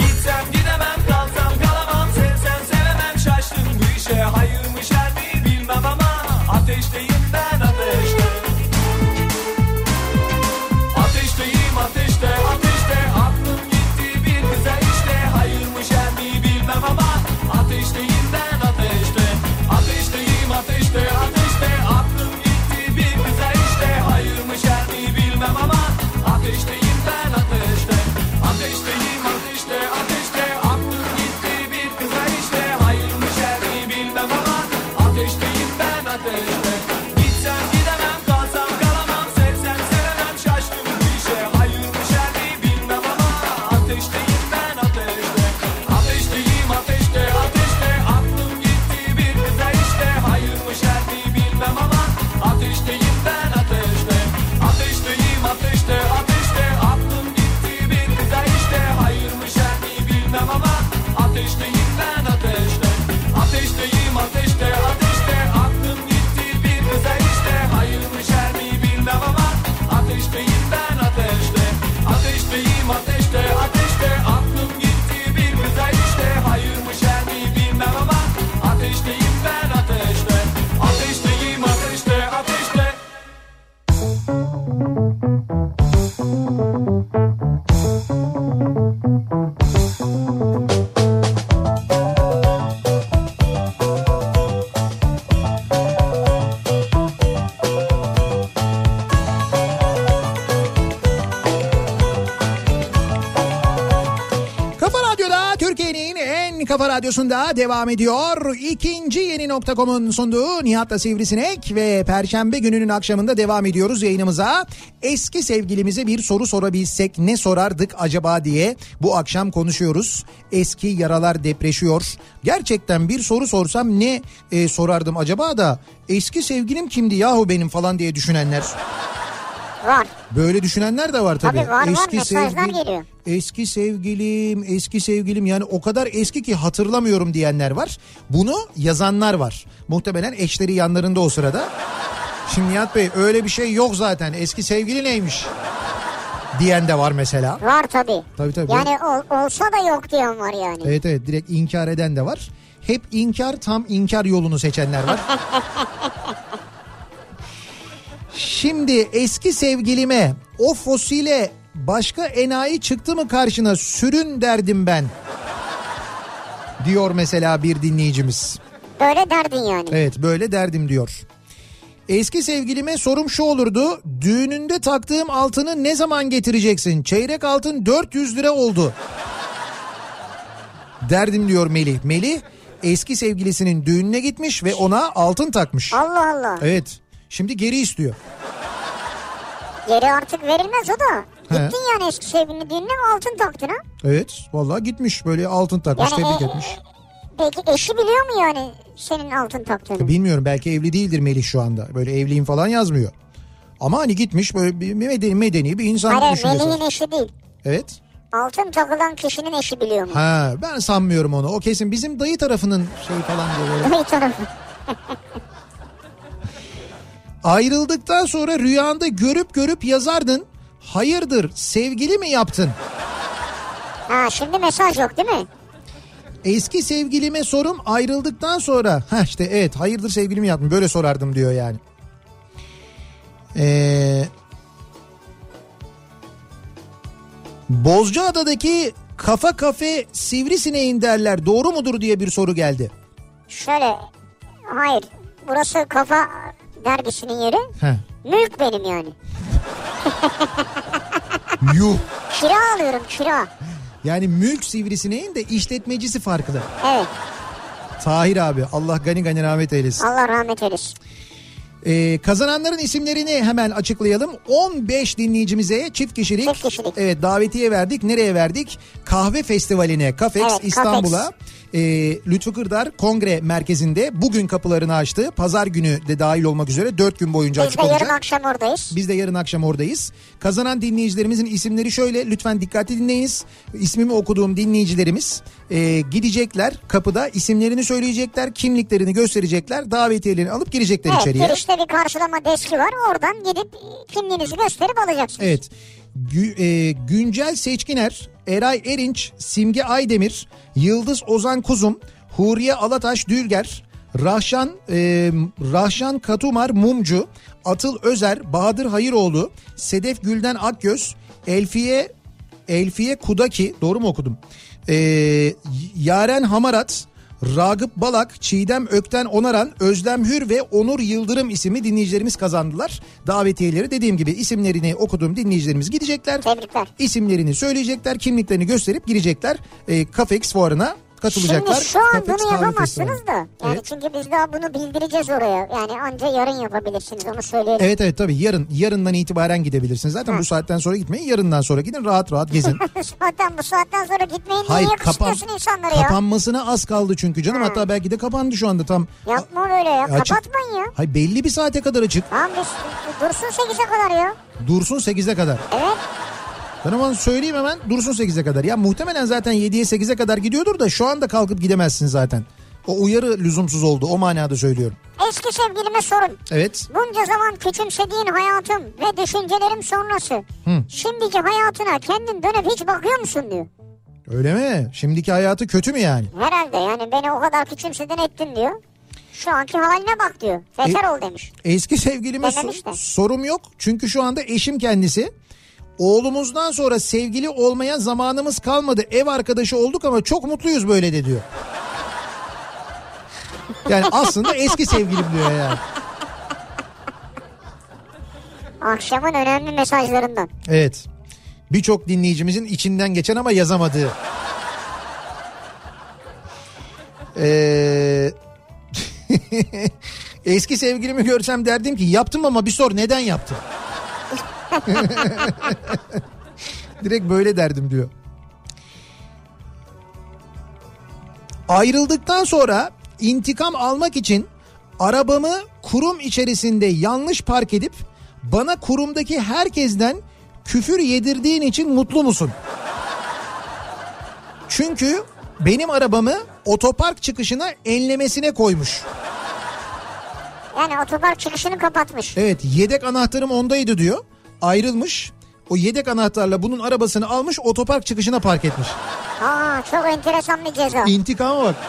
Hayır mı şer mi bilmem ama ateşteyim ben ateşte. Ateşteyim ateşte ateşte, aklım gitti bir kıza işte. Hayır mı şer mi bilmem ama ateşteyim ben ateşte. Ateşteyim ateşte ateşte, aklım gitti bir kıza işte. Hayır mı şer mi bilmem ama ateşteyim ben ateşte. Ateşteyim ateşte ateşte, aklım gitti bir kıza işte. Hayır mı şer mi bilmem ama ateşteyim ben ateşte. Gitsem gidemem, kalsam kalamam, sevsem sevemem, şaştım bu işe. Hayır mı şer mi bilmem ama ateşteyim ben ateşte. Ateşteyim ateşte ateşte, aklım gitti bir kıza işte. Hayır mı şer mi bilmem ama ateşteyim ben ateşte. Ateşteyim ateşte ateşte, aklım gitti bir kıza işte. Hayır mı şer mi bilmem ama ateşteyim ben ateşte. Ateşteyim ateşte ateşte, aklım gitti bir kıza işte. Hayır mı şer mi bilmem ama ateşteyim ben ateşte. Ateşteyim ateşte ateşte, aklım gitti bir kıza işte. Hayır mı şer mi bilmem ama ateşteyim ben ateşte. Ateşteyim ateşte ateşte. Kafa Radyosu'nda devam ediyor. İkinci Yeni.com'un sunduğu Nihat'la Sivrisinek ve Perşembe gününün akşamında devam ediyoruz yayınımıza. Eski sevgilimize bir soru sorabilsek ne sorardık acaba diye bu akşam konuşuyoruz. Eski yaralar depreşiyor. Gerçekten bir soru sorsam ne sorardım acaba da, eski sevgilim kimdi yahu benim falan diye düşünenler. Var. Böyle düşünenler de var tabii. Tabii var eski mesajlar geliyor. Eski sevgilim yani o kadar eski ki hatırlamıyorum diyenler var. Bunu yazanlar var. Muhtemelen eşleri yanlarında o sırada. Şimdi Nihat Bey öyle bir şey yok zaten, eski sevgili neymiş diyen de var mesela. Var tabii. Tabii. Yani olsa da yok diyen var yani. Evet direkt inkar eden de var. Hep inkar, tam inkar yolunu seçenler var. Şimdi eski sevgilime, o fosile başka enayi çıktı mı karşına sürün derdim ben. Diyor mesela bir dinleyicimiz. Böyle derdin yani. Evet böyle derdim diyor. Eski sevgilime sorum şu olurdu. Düğününde taktığım altını ne zaman getireceksin? Çeyrek altın 400 lira oldu. Derdim diyor Melih. Melih eski sevgilisinin düğününe gitmiş ve ona altın takmış. Allah Allah. Evet. Şimdi geri istiyor. Geri artık verilmez o da. Gittin yani eski sevgilinin düğününe altın taktın ha? Evet vallahi gitmiş böyle altın takmış, yani tebrik etmiş. Peki eşi biliyor mu yani senin altın taktığını? Bilmiyorum, belki evli değildir Melih şu anda. Böyle evliyim falan yazmıyor. Ama hani gitmiş böyle bir medeni bir insan. Hayır Melih'in eşi değil. Evet. Altın takılan kişinin eşi biliyor mu? Ha, ben sanmıyorum onu. O kesin bizim dayı tarafının şey falan diye böyle. Dayı tarafı. Ayrıldıktan sonra rüyanda görüp yazardın. Hayırdır sevgili mi yaptın? Ha, şimdi mesaj yok değil mi? Eski sevgilime sorum ayrıldıktan sonra. Ha işte evet, hayırdır sevgili mi yaptın? Böyle sorardım diyor yani. Bozcaada'daki Kafa Kafe sivrisineğin derler, doğru mudur diye bir soru geldi. Şöyle, hayır, burası Kafa dergisinin yeri. Heh. Mülk benim yani. Yuh. Kira alıyorum, kira. Yani mülk sivrisineğin de işletmecisi farklı. Evet. Tahir abi, Allah gani gani rahmet eylesin. Allah rahmet eylesin. Kazananların isimlerini hemen açıklayalım. 15 dinleyicimize çift kişilik. Evet, davetiye verdik. Nereye verdik? Kahve Festivali'ne, Kafex, evet, İstanbul'a. Lütfü Kırdar Kongre Merkezi'nde bugün kapılarını açtı. Pazar günü de dahil olmak üzere 4 gün boyunca açık olacak. Biz de yarın akşam oradayız. Biz de yarın akşam oradayız. Kazanan dinleyicilerimizin isimleri şöyle, lütfen dikkatli dinleyiniz. İsmimi okuduğum dinleyicilerimiz gidecekler kapıda, isimlerini söyleyecekler, kimliklerini gösterecekler, davetiyelerini alıp girecekler içeriye. Evet, girişte bir karşılama deski var, oradan gidip kimliğinizi gösterip alacaksınız. Evet. Güncel Seçkiner, Eray Erinç, Simge Aydemir, Yıldız Ozan Kuzum, Huriye Alataş Dülger, Rahşan Katumar Mumcu, Atıl Özer, Bahadır Hayıroğlu, Sedef Gülden Akgöz, Elfiye Kudaki, doğru mu okudum? Yaren Hamarat, Ragıp Balak, Çiğdem Ökten Onaran, Özlem Hür ve Onur Yıldırım isimli dinleyicilerimiz kazandılar. Davetiyeleri dediğim gibi isimlerini okuduğum dinleyicilerimiz gidecekler. Tebrikler. İsimlerini söyleyecekler, kimliklerini gösterip girecekler. Kafex fuarına katılacaklar. Şimdi şu an Kafex bunu yapamazsınız da. Yani evet. Çünkü biz daha bunu bildireceğiz oraya. Yani anca yarın yapabilirsiniz, onu söyleyelim. Evet tabii yarından itibaren gidebilirsiniz. Zaten bu saatten sonra gitmeyin, yarından sonra gidin, rahat rahat gezin. Zaten bu saatten sonra gitmeyin, hayır, niye yakıştırıyorsun insanları ya? Kapanmasına az kaldı çünkü canım. Hatta belki de kapandı şu anda tam. Yapma öyle ya, açık. Kapatmayın ya. Hayır, belli bir saate kadar açık. Tamam, dursun 8'e kadar ya. Dursun 8'e kadar. Evet. Ben ama söyleyeyim hemen, dursun 8'e kadar. Ya muhtemelen zaten 7'ye 8'e kadar gidiyordur da şu anda kalkıp gidemezsin zaten. O uyarı lüzumsuz oldu, o manada söylüyorum. Eski sevgilime sorun. Evet. Bunca zaman küçümsediğin hayatım ve düşüncelerim sonrası. Şimdiki hayatına kendin dönüp hiç bakıyor musun diyor. Öyle mi? Şimdiki hayatı kötü mü yani? Herhalde, yani beni o kadar küçümsedin ettin diyor. Şu anki haline bak diyor. Beter ol demiş. Eski sevgilime sorum yok. Çünkü şu anda eşim kendisi. Oğlumuzdan sonra sevgili olmaya zamanımız kalmadı. Ev arkadaşı olduk ama çok mutluyuz böyle de diyor. Yani aslında eski sevgilim diyor yani. Akşamın önemli mesajlarından. Evet. Birçok dinleyicimizin içinden geçen ama yazamadığı. Eski sevgilimi görsem derdim ki yaptım ama bir sor, neden yaptım? Direkt böyle derdim diyor. Ayrıldıktan sonra intikam almak için arabamı kurum içerisinde yanlış park edip bana kurumdaki herkesten küfür yedirdiğin için mutlu musun? Çünkü benim arabamı otopark çıkışına enlemesine koymuş. Yani otopark çıkışını kapatmış. Evet, yedek anahtarım ondaydı diyor. Ayrılmış. O yedek anahtarla bunun arabasını almış, otopark çıkışına park etmiş. Aa, çok enteresan bir ceza. İntikama bak.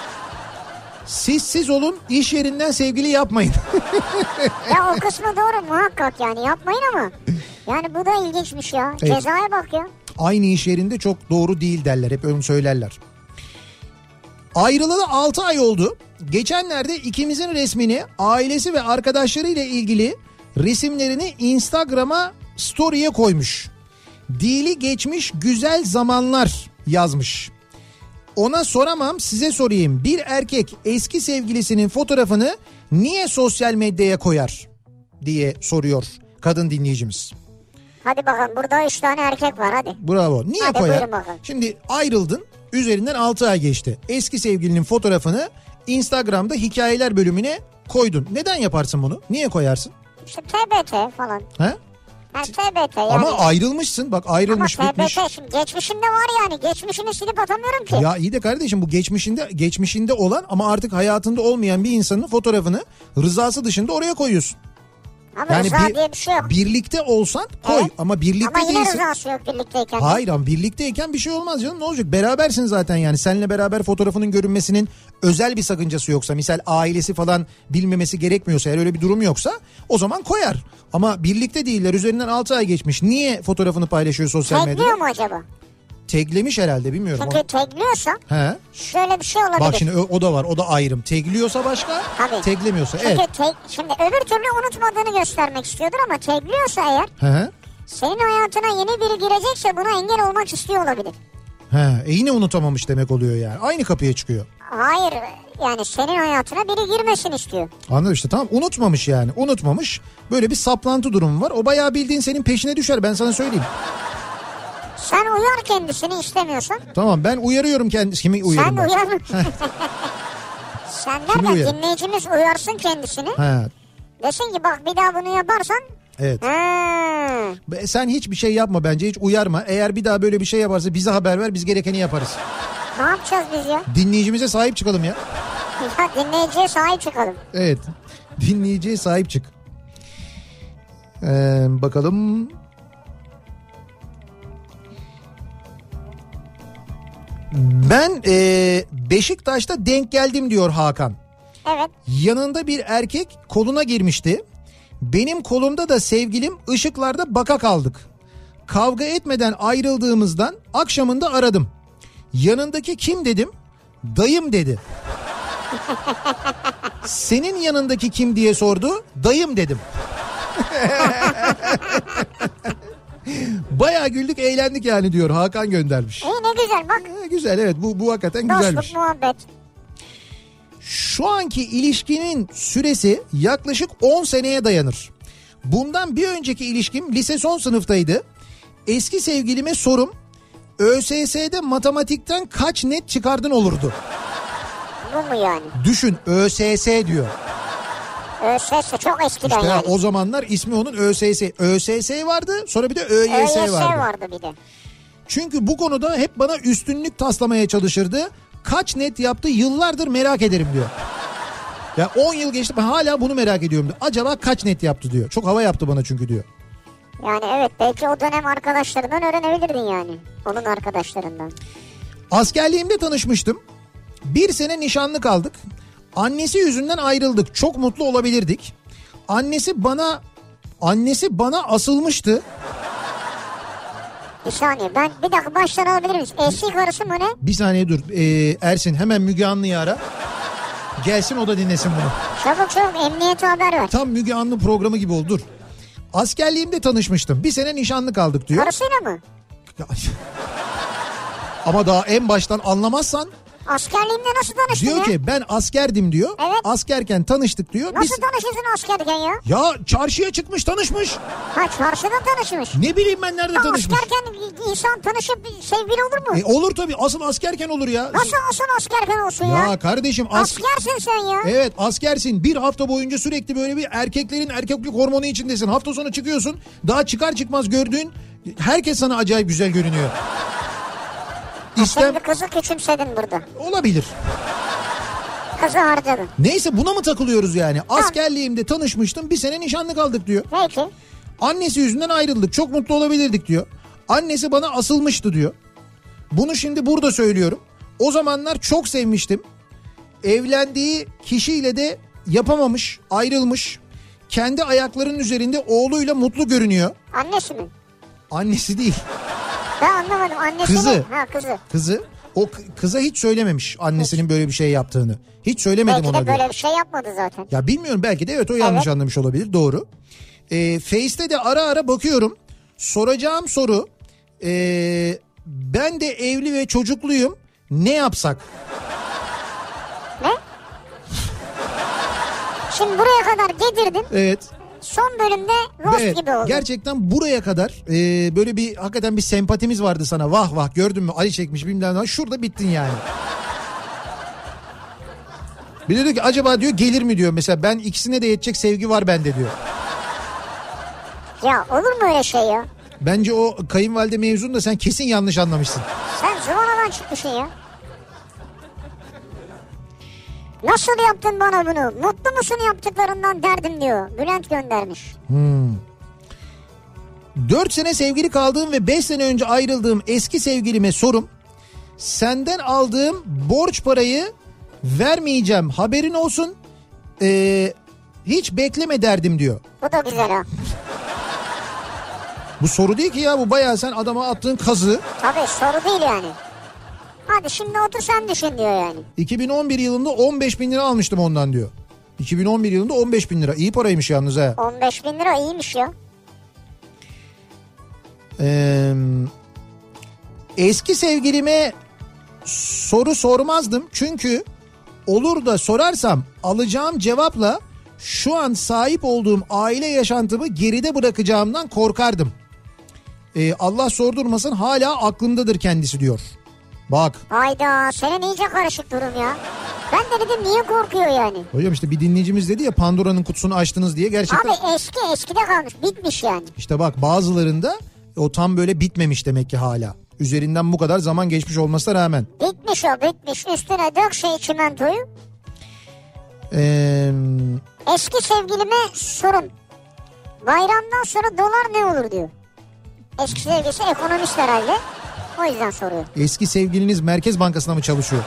Siz olun, iş yerinden sevgili yapmayın. Ya o kısmı doğru muhakkak, yani yapmayın ama. Yani bu da ilginçmiş ya. Evet. Cezaya bak ya. Aynı iş yerinde çok doğru değil derler. Hep öyle söylerler. Ayrılalı 6 ay oldu. Geçenlerde ikimizin resmini, ailesi ve arkadaşlarıyla ilgili resimlerini Instagram'a story'e koymuş. Dili geçmiş güzel zamanlar yazmış. Ona soramam, size sorayım. Bir erkek eski sevgilisinin fotoğrafını niye sosyal medyaya koyar diye soruyor kadın dinleyicimiz. Hadi bakalım, burada 3 tane erkek var, hadi. Bravo. Niye hadi koyar? Şimdi ayrıldın, üzerinden 6 ay geçti. Eski sevgilinin fotoğrafını Instagram'da hikayeler bölümüne koydun. Neden yaparsın bunu? Niye koyarsın? İşte TBT falan. He? Yani TBT yani. Ama ayrılmışsın, bak ayrılmış, ama bitmiş. TBT şimdi geçmişinde var yani. Geçmişini silip atamıyorum ki. Ya iyi de kardeşim, bu geçmişinde olan ama artık hayatında olmayan bir insanın fotoğrafını rızası dışında oraya koyuyorsun. Ama rıza diye bir şey yok. Birlikte olsan koy Evet. ama birlikte Ama yine değilsin. rızası yok birlikteyken. Hayır ama birlikteyken bir şey olmaz canım, ne olacak? Berabersin zaten yani, seninle beraber fotoğrafının görünmesinin özel bir sakıncası yoksa, misal ailesi falan bilmemesi gerekmiyorsa, eğer öyle bir durum yoksa o zaman koyar. Ama birlikte değiller, üzerinden 6 ay geçmiş, niye fotoğrafını paylaşıyor sosyal medyada? Tekliyor mu acaba? Taglemiş herhalde, bilmiyorum. Çünkü tagliyorsa He. şöyle bir şey olabilir. Bak şimdi o da var, o da ayrım. Tagliyorsa başka, Tabii. taglemiyorsa. Çünkü Evet. şimdi öbür türlü unutmadığını göstermek istiyordur ama tagliyorsa eğer He. senin hayatına yeni biri girecekse buna engel olmak istiyor olabilir. He. Yine unutamamış demek oluyor yani. Aynı kapıya çıkıyor. Hayır yani senin hayatına biri girmesin istiyor. Anladın işte, tamam, unutmamış yani. Unutmamış. Böyle bir saplantı durumu var. O bayağı bildiğin senin peşine düşer, ben sana söyleyeyim. Sen uyar kendisini istemiyorsan. Tamam, ben uyarıyorum kendisi. Kimi uyarım Sen ben? uyar. Sen Kimi derken uyar? dinleyicimiz uyarsın kendisini. He. Desin ki bak bir daha bunu yaparsan. Evet. Ha. Sen hiçbir şey yapma bence, hiç uyarma. Eğer bir daha böyle bir şey yaparsa bize haber ver, biz gerekeni yaparız. Ne yapacağız biz ya? Dinleyicimize sahip çıkalım ya. Ya dinleyiciye sahip çıkalım. Evet. Dinleyiciye sahip çık. Bakalım. Ben Beşiktaş'ta denk geldim diyor Hakan. Evet. Yanında bir erkek koluna girmişti. Benim kolumda da sevgilim, ışıklarda baka kaldık. Kavga etmeden ayrıldığımızdan akşamında aradım. Yanındaki kim dedim. Dayım dedi. Senin yanındaki kim diye sordu. Dayım dedim. Bayağı güldük, eğlendik yani diyor, Hakan göndermiş. İyi ne güzel bak. Güzel, evet, bu hakikaten güzelmiş. Dostluk, muhabbet. Şu anki ilişkinin süresi yaklaşık 10 seneye dayanır. Bundan bir önceki ilişkim lise son sınıftaydı. Eski sevgilime sorum, ÖSS'de matematikten kaç net çıkardın olurdu? Bu mu yani? Düşün, ÖSS diyor. ÖSS çok eskiden İşte yani. o zamanlar ismi onun ÖSS. ÖSS vardı, sonra bir de ÖYS vardı. vardı bir de. Çünkü bu konuda hep bana üstünlük taslamaya çalışırdı. Kaç net yaptı yıllardır merak ederim diyor. Ya 10 yıl geçti, ben hala bunu merak ediyorum diyor. Acaba kaç net yaptı diyor. Çok hava yaptı bana çünkü diyor. Yani evet, belki o dönem arkadaşlarından öğrenebilirdin yani. Onun arkadaşlarından. Askerliğimde tanışmıştım. Bir sene nişanlı kaldık. Annesi yüzünden ayrıldık. Çok mutlu olabilirdik. Annesi bana asılmıştı. Bir saniye, ben bir dakika baştan alabilir miyiz? Eski karısı mı ne? Bir saniye dur. Ersin hemen Müge Anlı'yı ara. Gelsin, o da dinlesin bunu. Çabuk emniyete haber ver. Tam Müge Anlı programı gibi oldu, dur. Askerliğimde tanışmıştım. Bir sene nişanlı kaldık diyor. Karısıyla mı? Ama daha en baştan anlamazsan. Askerliğimde nasıl tanıştın Diyor ya? ki ben askerdim diyor. Evet. Askerken tanıştık diyor. Nasıl tanışırsın askerken ya? Ya çarşıya çıkmış tanışmış. Ha, çarşıda tanışmış. Ne bileyim ben nerede Ya tanışmış. askerken insan tanışıp sevgili olur mu? Olur tabii, asıl askerken olur ya. Nasıl askerken olsun ya? Ya kardeşim Askersin sen ya. Evet, askersin. Bir hafta boyunca sürekli böyle bir erkeklik hormonu içindesin. Hafta sonu çıkıyorsun. Daha çıkar çıkmaz gördüğün herkes sana acayip güzel görünüyor. Sen bir kızı küçümsedin burada. Olabilir. Kızı harcadın. Neyse, buna mı takılıyoruz yani? Askerliğimde tanışmıştım, bir sene nişanlı kaldık diyor. Peki. Annesi yüzünden ayrıldık, çok mutlu olabilirdik diyor. Annesi bana asılmıştı diyor. Bunu şimdi burada söylüyorum. O zamanlar çok sevmiştim. Evlendiği kişiyle de yapamamış, ayrılmış. Kendi ayaklarının üzerinde oğluyla mutlu görünüyor. Annesi mi? Annesi değil. Ben anlamadım, annesi Kızı. mi? Ha, kızı. Kızı. O kıza hiç söylememiş annesinin böyle bir şey yaptığını. Hiç söylemedim Belki ona de diyor. böyle bir şey yapmadı zaten. Ya bilmiyorum, belki de evet, o yanlış anlamış olabilir, doğru. Face'te de ara ara bakıyorum. Soracağım soru, ben de evli ve çocukluyum, ne yapsak? Ne? Şimdi buraya kadar getirdin. Evet. Son bölümde rost Evet, gibi oldu. gerçekten buraya kadar böyle bir hakikaten bir sempatimiz vardı sana. Vah vah, gördün mü Ali çekmiş bilmem ne. Şurada bittin yani. Bir de diyor ki acaba diyor gelir mi diyor. Mesela ben ikisine de yetecek sevgi var bende diyor. Ya olur mu öyle şey ya? Bence o kayınvalide mevzunu da sen kesin yanlış anlamışsın. Sen zıvanadan çıkmışsın ya. Nasıl yaptın bana bunu? Mutlu musun yaptıklarından derdim diyor. Bülent göndermiş. 4 sene sevgili kaldığım ve 5 sene önce ayrıldığım eski sevgilime sorum. Senden aldığım borç parayı vermeyeceğim, haberin olsun. Hiç bekleme derdim diyor. Bu da güzel ha. Bu soru değil ki ya, bu bayağı sen adama attığın kazı. Tabii soru değil yani. Hadi şimdi otur sen düşün diyor yani. 2011 yılında 15 bin lira almıştım ondan diyor. 2011 yılında 15 bin lira. İyi paraymış yalnız ha. 15 bin lira iyiymiş ya. Eski sevgilime soru sormazdım. Çünkü olur da sorarsam alacağım cevapla şu an sahip olduğum aile yaşantımı geride bırakacağımdan korkardım. Allah sordurmasın, hala aklımdadır kendisi diyor. Bak. Hayda, senin iyice karışık durum ya. Ben de dedim niye korkuyor yani? Hocam işte bir dinleyicimiz dedi ya, Pandora'nın kutusunu açtınız diye, gerçekten. Abi eskide kalmış, bitmiş yani. İşte bak, bazılarında o tam böyle bitmemiş demek ki hala. Üzerinden bu kadar zaman geçmiş olmasına rağmen. Bitmiş o, bitmiş. Üstüne dök çimentoyu. Eski sevgilime sorun. Bayramdan sonra dolar ne olur diyor. Eski sevgilisi ekonomist herhalde. O yüzden soruyor. Eski sevgiliniz Merkez Bankası'na mı çalışıyor?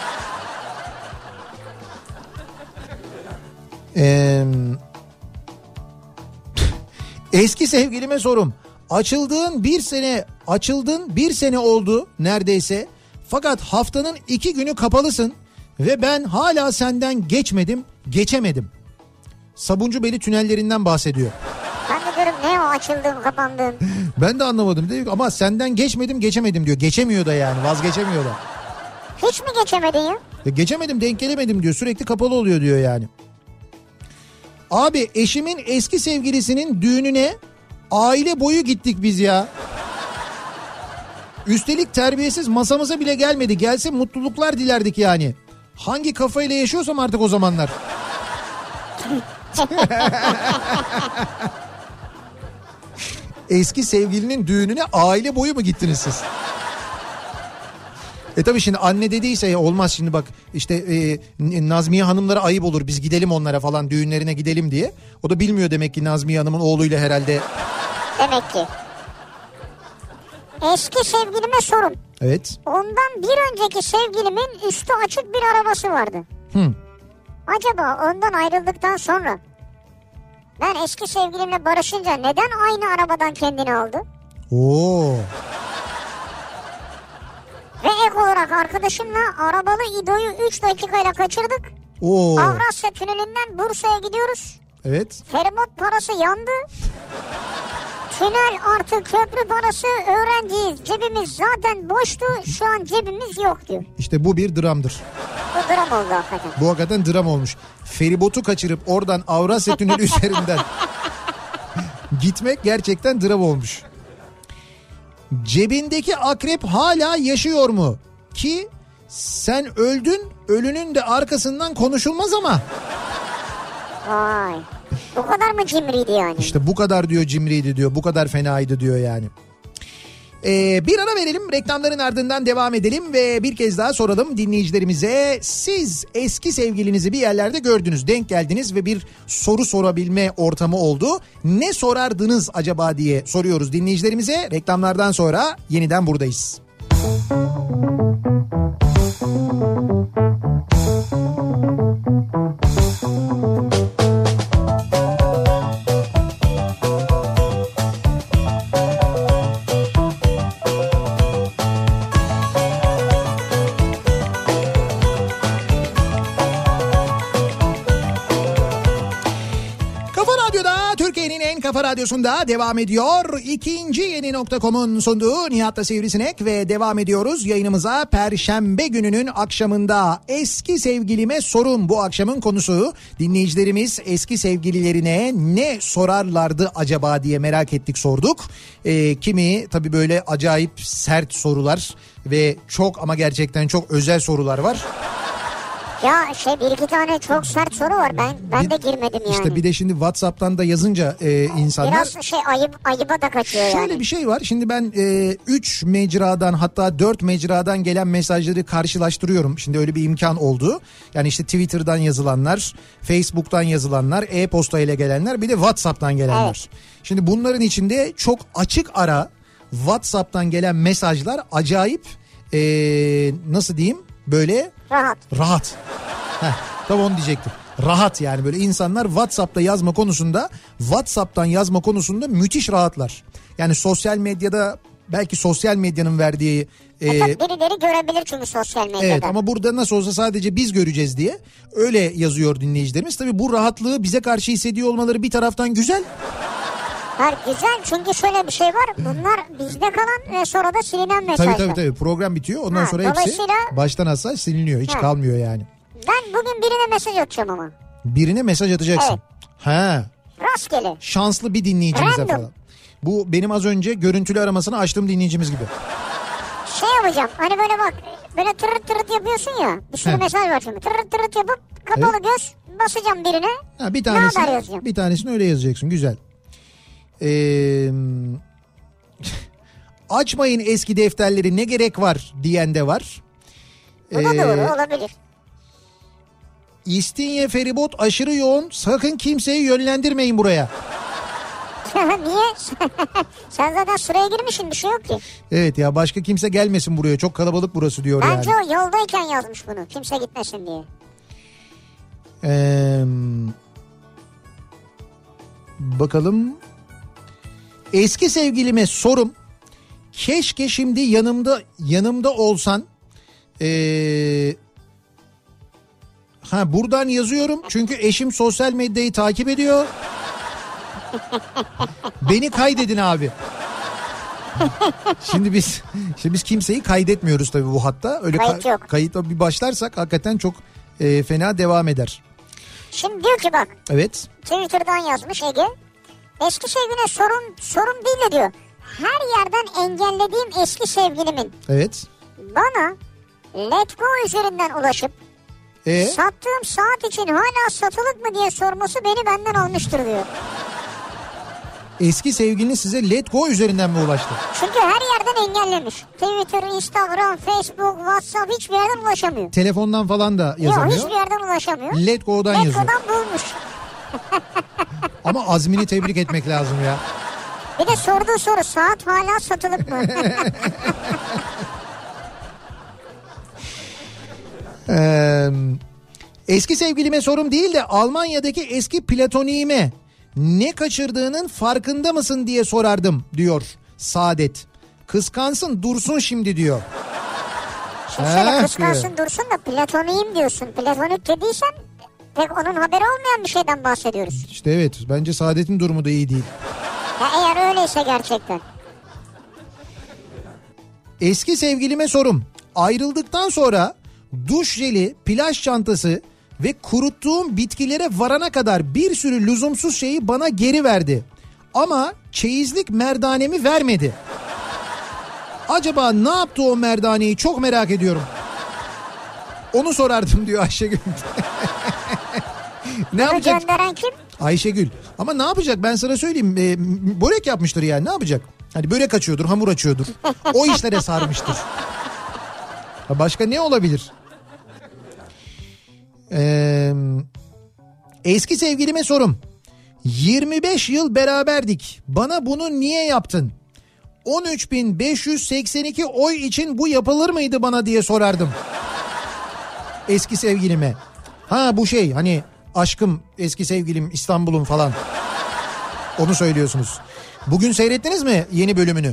Eski sevgilime sorum. Açıldın bir sene oldu neredeyse. Fakat haftanın 2 günü kapalısın ve ben hala senden geçemedim. Sabuncubeyle tünellerinden bahsediyor. Ben de diyorum ne o açıldığım kapandığım. Ben de anlamadım diyor ama senden geçemedim diyor. Geçemiyor da yani, vazgeçemiyor da. Hiç mi geçemedin ya? Geçemedim, denk gelemedim diyor, sürekli kapalı oluyor diyor yani. Abi eşimin eski sevgilisinin düğününe aile boyu gittik biz ya. Üstelik terbiyesiz, masamıza bile gelmedi. Gelse mutluluklar dilerdik yani. Hangi kafayla yaşıyorsam artık o zamanlar. Eski sevgilinin düğününe aile boyu mu gittiniz siz? Tabii şimdi anne dediyse olmaz, şimdi bak işte Nazmiye hanımlara ayıp olur, biz gidelim onlara falan, düğünlerine gidelim diye. O da bilmiyor demek ki Nazmiye hanımın oğluyla herhalde. Demek ki. Eski sevgilime sorun. Evet. Ondan bir önceki sevgilimin üstü açık bir arabası vardı. Acaba ondan ayrıldıktan sonra ben eski sevgilimle barışınca neden aynı arabadan kendini aldı? Oo. Ve ek olarak arkadaşımla arabalı İdo'yu 3 dakikayla kaçırdık. Oo. Avrasya Tüneli'nden Bursa'ya gidiyoruz. Evet. Feribot parası yandı. Tünel artı köprü parası öğrenciyiz. Cebimiz zaten boştu. Şu an cebimiz yok diyor. İşte bu bir dramdır. Bu dram oldu hakikaten. Bu hakikaten dram olmuş. Feribotu kaçırıp oradan Avrasya Tüneli üzerinden gitmek gerçekten dram olmuş. Cebindeki akrep hala yaşıyor mu? Ki sen öldün, ölünün de arkasından konuşulmaz ama. Vay. Bu kadar mı cimriydi yani? İşte bu kadar diyor, cimriydi diyor. Bu kadar fenaydı diyor yani. Bir ara verelim, reklamların ardından devam edelim ve bir kez daha soralım dinleyicilerimize. Siz eski sevgilinizi bir yerlerde gördünüz, denk geldiniz ve bir soru sorabilme ortamı oldu. Ne sorardınız acaba diye soruyoruz dinleyicilerimize. Reklamlardan sonra yeniden buradayız. Kafa Radyosu'nda devam ediyor. İkinci Yeni.com'un sunduğu Nihat'la Sivrisinek ve devam ediyoruz yayınımıza. Perşembe gününün akşamında eski sevgilime sorun bu akşamın konusu. Dinleyicilerimiz eski sevgililerine ne sorarlardı acaba diye merak ettik, sorduk. Kimi tabii böyle acayip sert sorular ve çok ama gerçekten çok özel sorular var. Ya bir iki tane çok sert soru var. Ben de girmedim yani. İşte bir de şimdi WhatsApp'tan da yazınca insanlar... Biraz ayıba da kaçıyor yani. Şöyle bir şey var. Şimdi ben 3 mecradan hatta 4 mecradan gelen mesajları karşılaştırıyorum. Şimdi öyle bir imkan oldu. Yani işte Twitter'dan yazılanlar, Facebook'tan yazılanlar, e-posta ile gelenler, bir de WhatsApp'tan gelenler. Evet. Şimdi bunların içinde çok açık ara WhatsApp'tan gelen mesajlar acayip nasıl diyeyim, böyle rahat. Tam onu diyecektim. Rahat yani, böyle insanlar WhatsApp'tan yazma konusunda müthiş rahatlar. Yani sosyal medyada belki sosyal medyanın verdiği... birileri görebilir çünkü sosyal medyada. Evet, ama burada nasıl olsa sadece biz göreceğiz diye öyle yazıyor dinleyicilerimiz. Tabii bu rahatlığı bize karşı hissediyor olmaları bir taraftan güzel. Güzel, çünkü şöyle bir şey var. Bunlar bizde kalan ve sonra da silinen mesajlar. Tabii program bitiyor. Ondan sonra hepsi baştan aşağı siliniyor. Hiç kalmıyor yani. Ben bugün birine mesaj atacağım ama. Birine mesaj atacaksın. Evet. Rastgele. Şanslı bir dinleyicimize falan. Bu benim az önce görüntülü aramasını açtığım dinleyicimiz gibi. Yapacağım. Hani böyle bak. Böyle tırırt tırırt yapıyorsun ya. Bir sürü mesaj var şimdi. Tırırt tırırt yapıp kapalı göz basacağım birine. Bir tanesini öyle yazacaksın. Güzel. Açmayın eski defterleri, ne gerek var diyen de var. Bu da doğru olabilir. İstinye feribot aşırı yoğun, sakın kimseyi yönlendirmeyin buraya. Niye? Sen zaten sıraya girmişsin, bir şey yok ki. Evet ya, başka kimse gelmesin buraya, çok kalabalık burası diyor. Bence o yoldayken yazmış bunu, kimse gitmesin diye. Bakalım. Eski sevgilime sorum, keşke şimdi yanımda olsan. Buradan yazıyorum çünkü eşim sosyal medyayı takip ediyor. Beni kaydedin abi. Şimdi biz kimseyi kaydetmiyoruz tabii bu hatta. Öyle kayıtla bir başlarsak hakikaten çok fena devam eder. Şimdi diyor ki bak. Evet. Twitter'dan yazmış Ege. Eski sevgiline sorun değil de diyor. Her yerden engellediğim eski sevgilimin. Evet. Bana Letgo üzerinden ulaşıp sattığım saat için hala satılık mı diye sorması beni benden almıştır diyor. Eski sevgiliniz size Letgo üzerinden mi ulaştı? Çünkü her yerden engellemiş. Twitter, Instagram, Facebook, WhatsApp, hiçbir yerden ulaşamıyor. Telefondan falan da yazamıyor. Yok, hiçbir yerden ulaşamıyor. Letgo'dan yazıyor. Letgo'dan bulmuş. Ama azmini tebrik etmek lazım ya. Bir de sorduğu soru, saat hala satılık mı? Eski sevgilime sorum değil de Almanya'daki eski platoniğime ne kaçırdığının farkında mısın diye sorardım diyor Saadet. Kıskansın dursun şimdi diyor. Şimdi şöyle kıskansın dursun da platoniğim diyorsun. Platonik dediysen pek onun haberi olmayan bir şeyden bahsediyoruz. İşte evet, bence Saadet'in durumu da iyi değil. Ya eğer öyleyse gerçekten. Eski sevgilime sorum. Ayrıldıktan sonra duş jeli, plaj çantası ve kuruttuğum bitkilere varana kadar bir sürü lüzumsuz şeyi bana geri verdi. Ama çeyizlik merdanemi vermedi. Acaba ne yaptı o merdaneyi, çok merak ediyorum. Onu sorardım diyor Ayşegül. Ne yapacak? Gönderen kim? Ayşegül. Ama ne yapacak, ben sana söyleyeyim. Börek yapmıştır yani, ne yapacak? Hani börek açıyordur, hamur açıyordur. O işlere sarmıştır. Başka ne olabilir? Eski sevgilime sorum. 25 yıl beraberdik. Bana bunu niye yaptın? 13.582 oy için bu yapılır mıydı bana diye sorardım. Eski sevgilime. Bu şey hani aşkım, eski sevgilim, İstanbul'um falan. Onu söylüyorsunuz. Bugün seyrettiniz mi yeni bölümünü?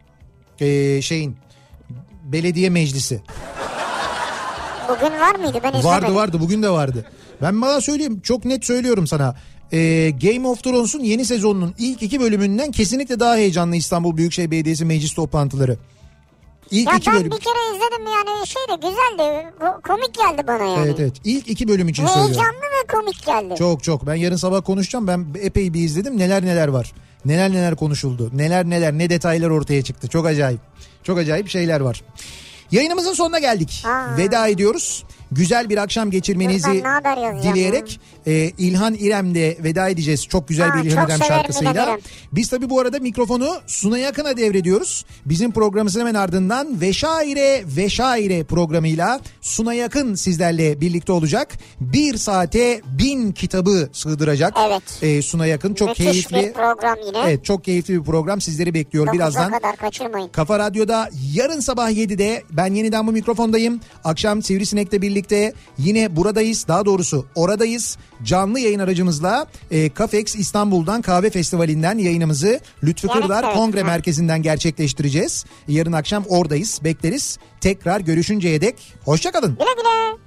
Belediye meclisi. Bugün var mıydı? Ben izlemedim. Vardı bugün de vardı. Ben bana söyleyeyim, çok net söylüyorum sana. Game of Thrones'un yeni sezonunun ilk 2 bölümünden kesinlikle daha heyecanlı İstanbul Büyükşehir Belediyesi meclis toplantıları. İlk 2 bölüm. Ben bir kere izledim yani, güzeldi. Komik geldi bana yani. Evet. İlk 2 bölüm için söylüyorum. Heyecanlı ve komik geldi. Çok. Ben yarın sabah konuşacağım. Ben epey bir izledim. Neler var. Neler konuşuldu. Ne detaylar ortaya çıktı. Çok acayip. Çok acayip şeyler var. Yayınımızın sonuna geldik. Veda ediyoruz. güzel bir akşam geçirmenizi dileyerek İlhan İrem'le veda edeceğiz. Çok güzel bir İlhan İrem şarkısıyla. Biz tabii bu arada mikrofonu Sunay Akın'a devrediyoruz. Bizim programımızın hemen ardından Veşaire programıyla Sunay Akın sizlerle birlikte olacak. 1 saate 1000 kitabı sığdıracak. Evet. Sunay Akın çok müthiş keyifli. Bir program yine. Evet, çok keyifli bir program sizleri bekliyor birazdan. kadar kaçırmayın. Kafa Radyo'da yarın sabah 7'de ben yeniden bu mikrofondayım. Akşam Sivrisinek'le birlikte yine buradayız. Daha doğrusu oradayız. Canlı yayın aracımızla Kafex İstanbul'dan Kahve Festivali'nden yayınımızı Lütfü Kırdar Kongre Merkezi'nden gerçekleştireceğiz. Yarın akşam oradayız. Bekleriz. Tekrar görüşünceye dek hoşça kalın. Güle güle.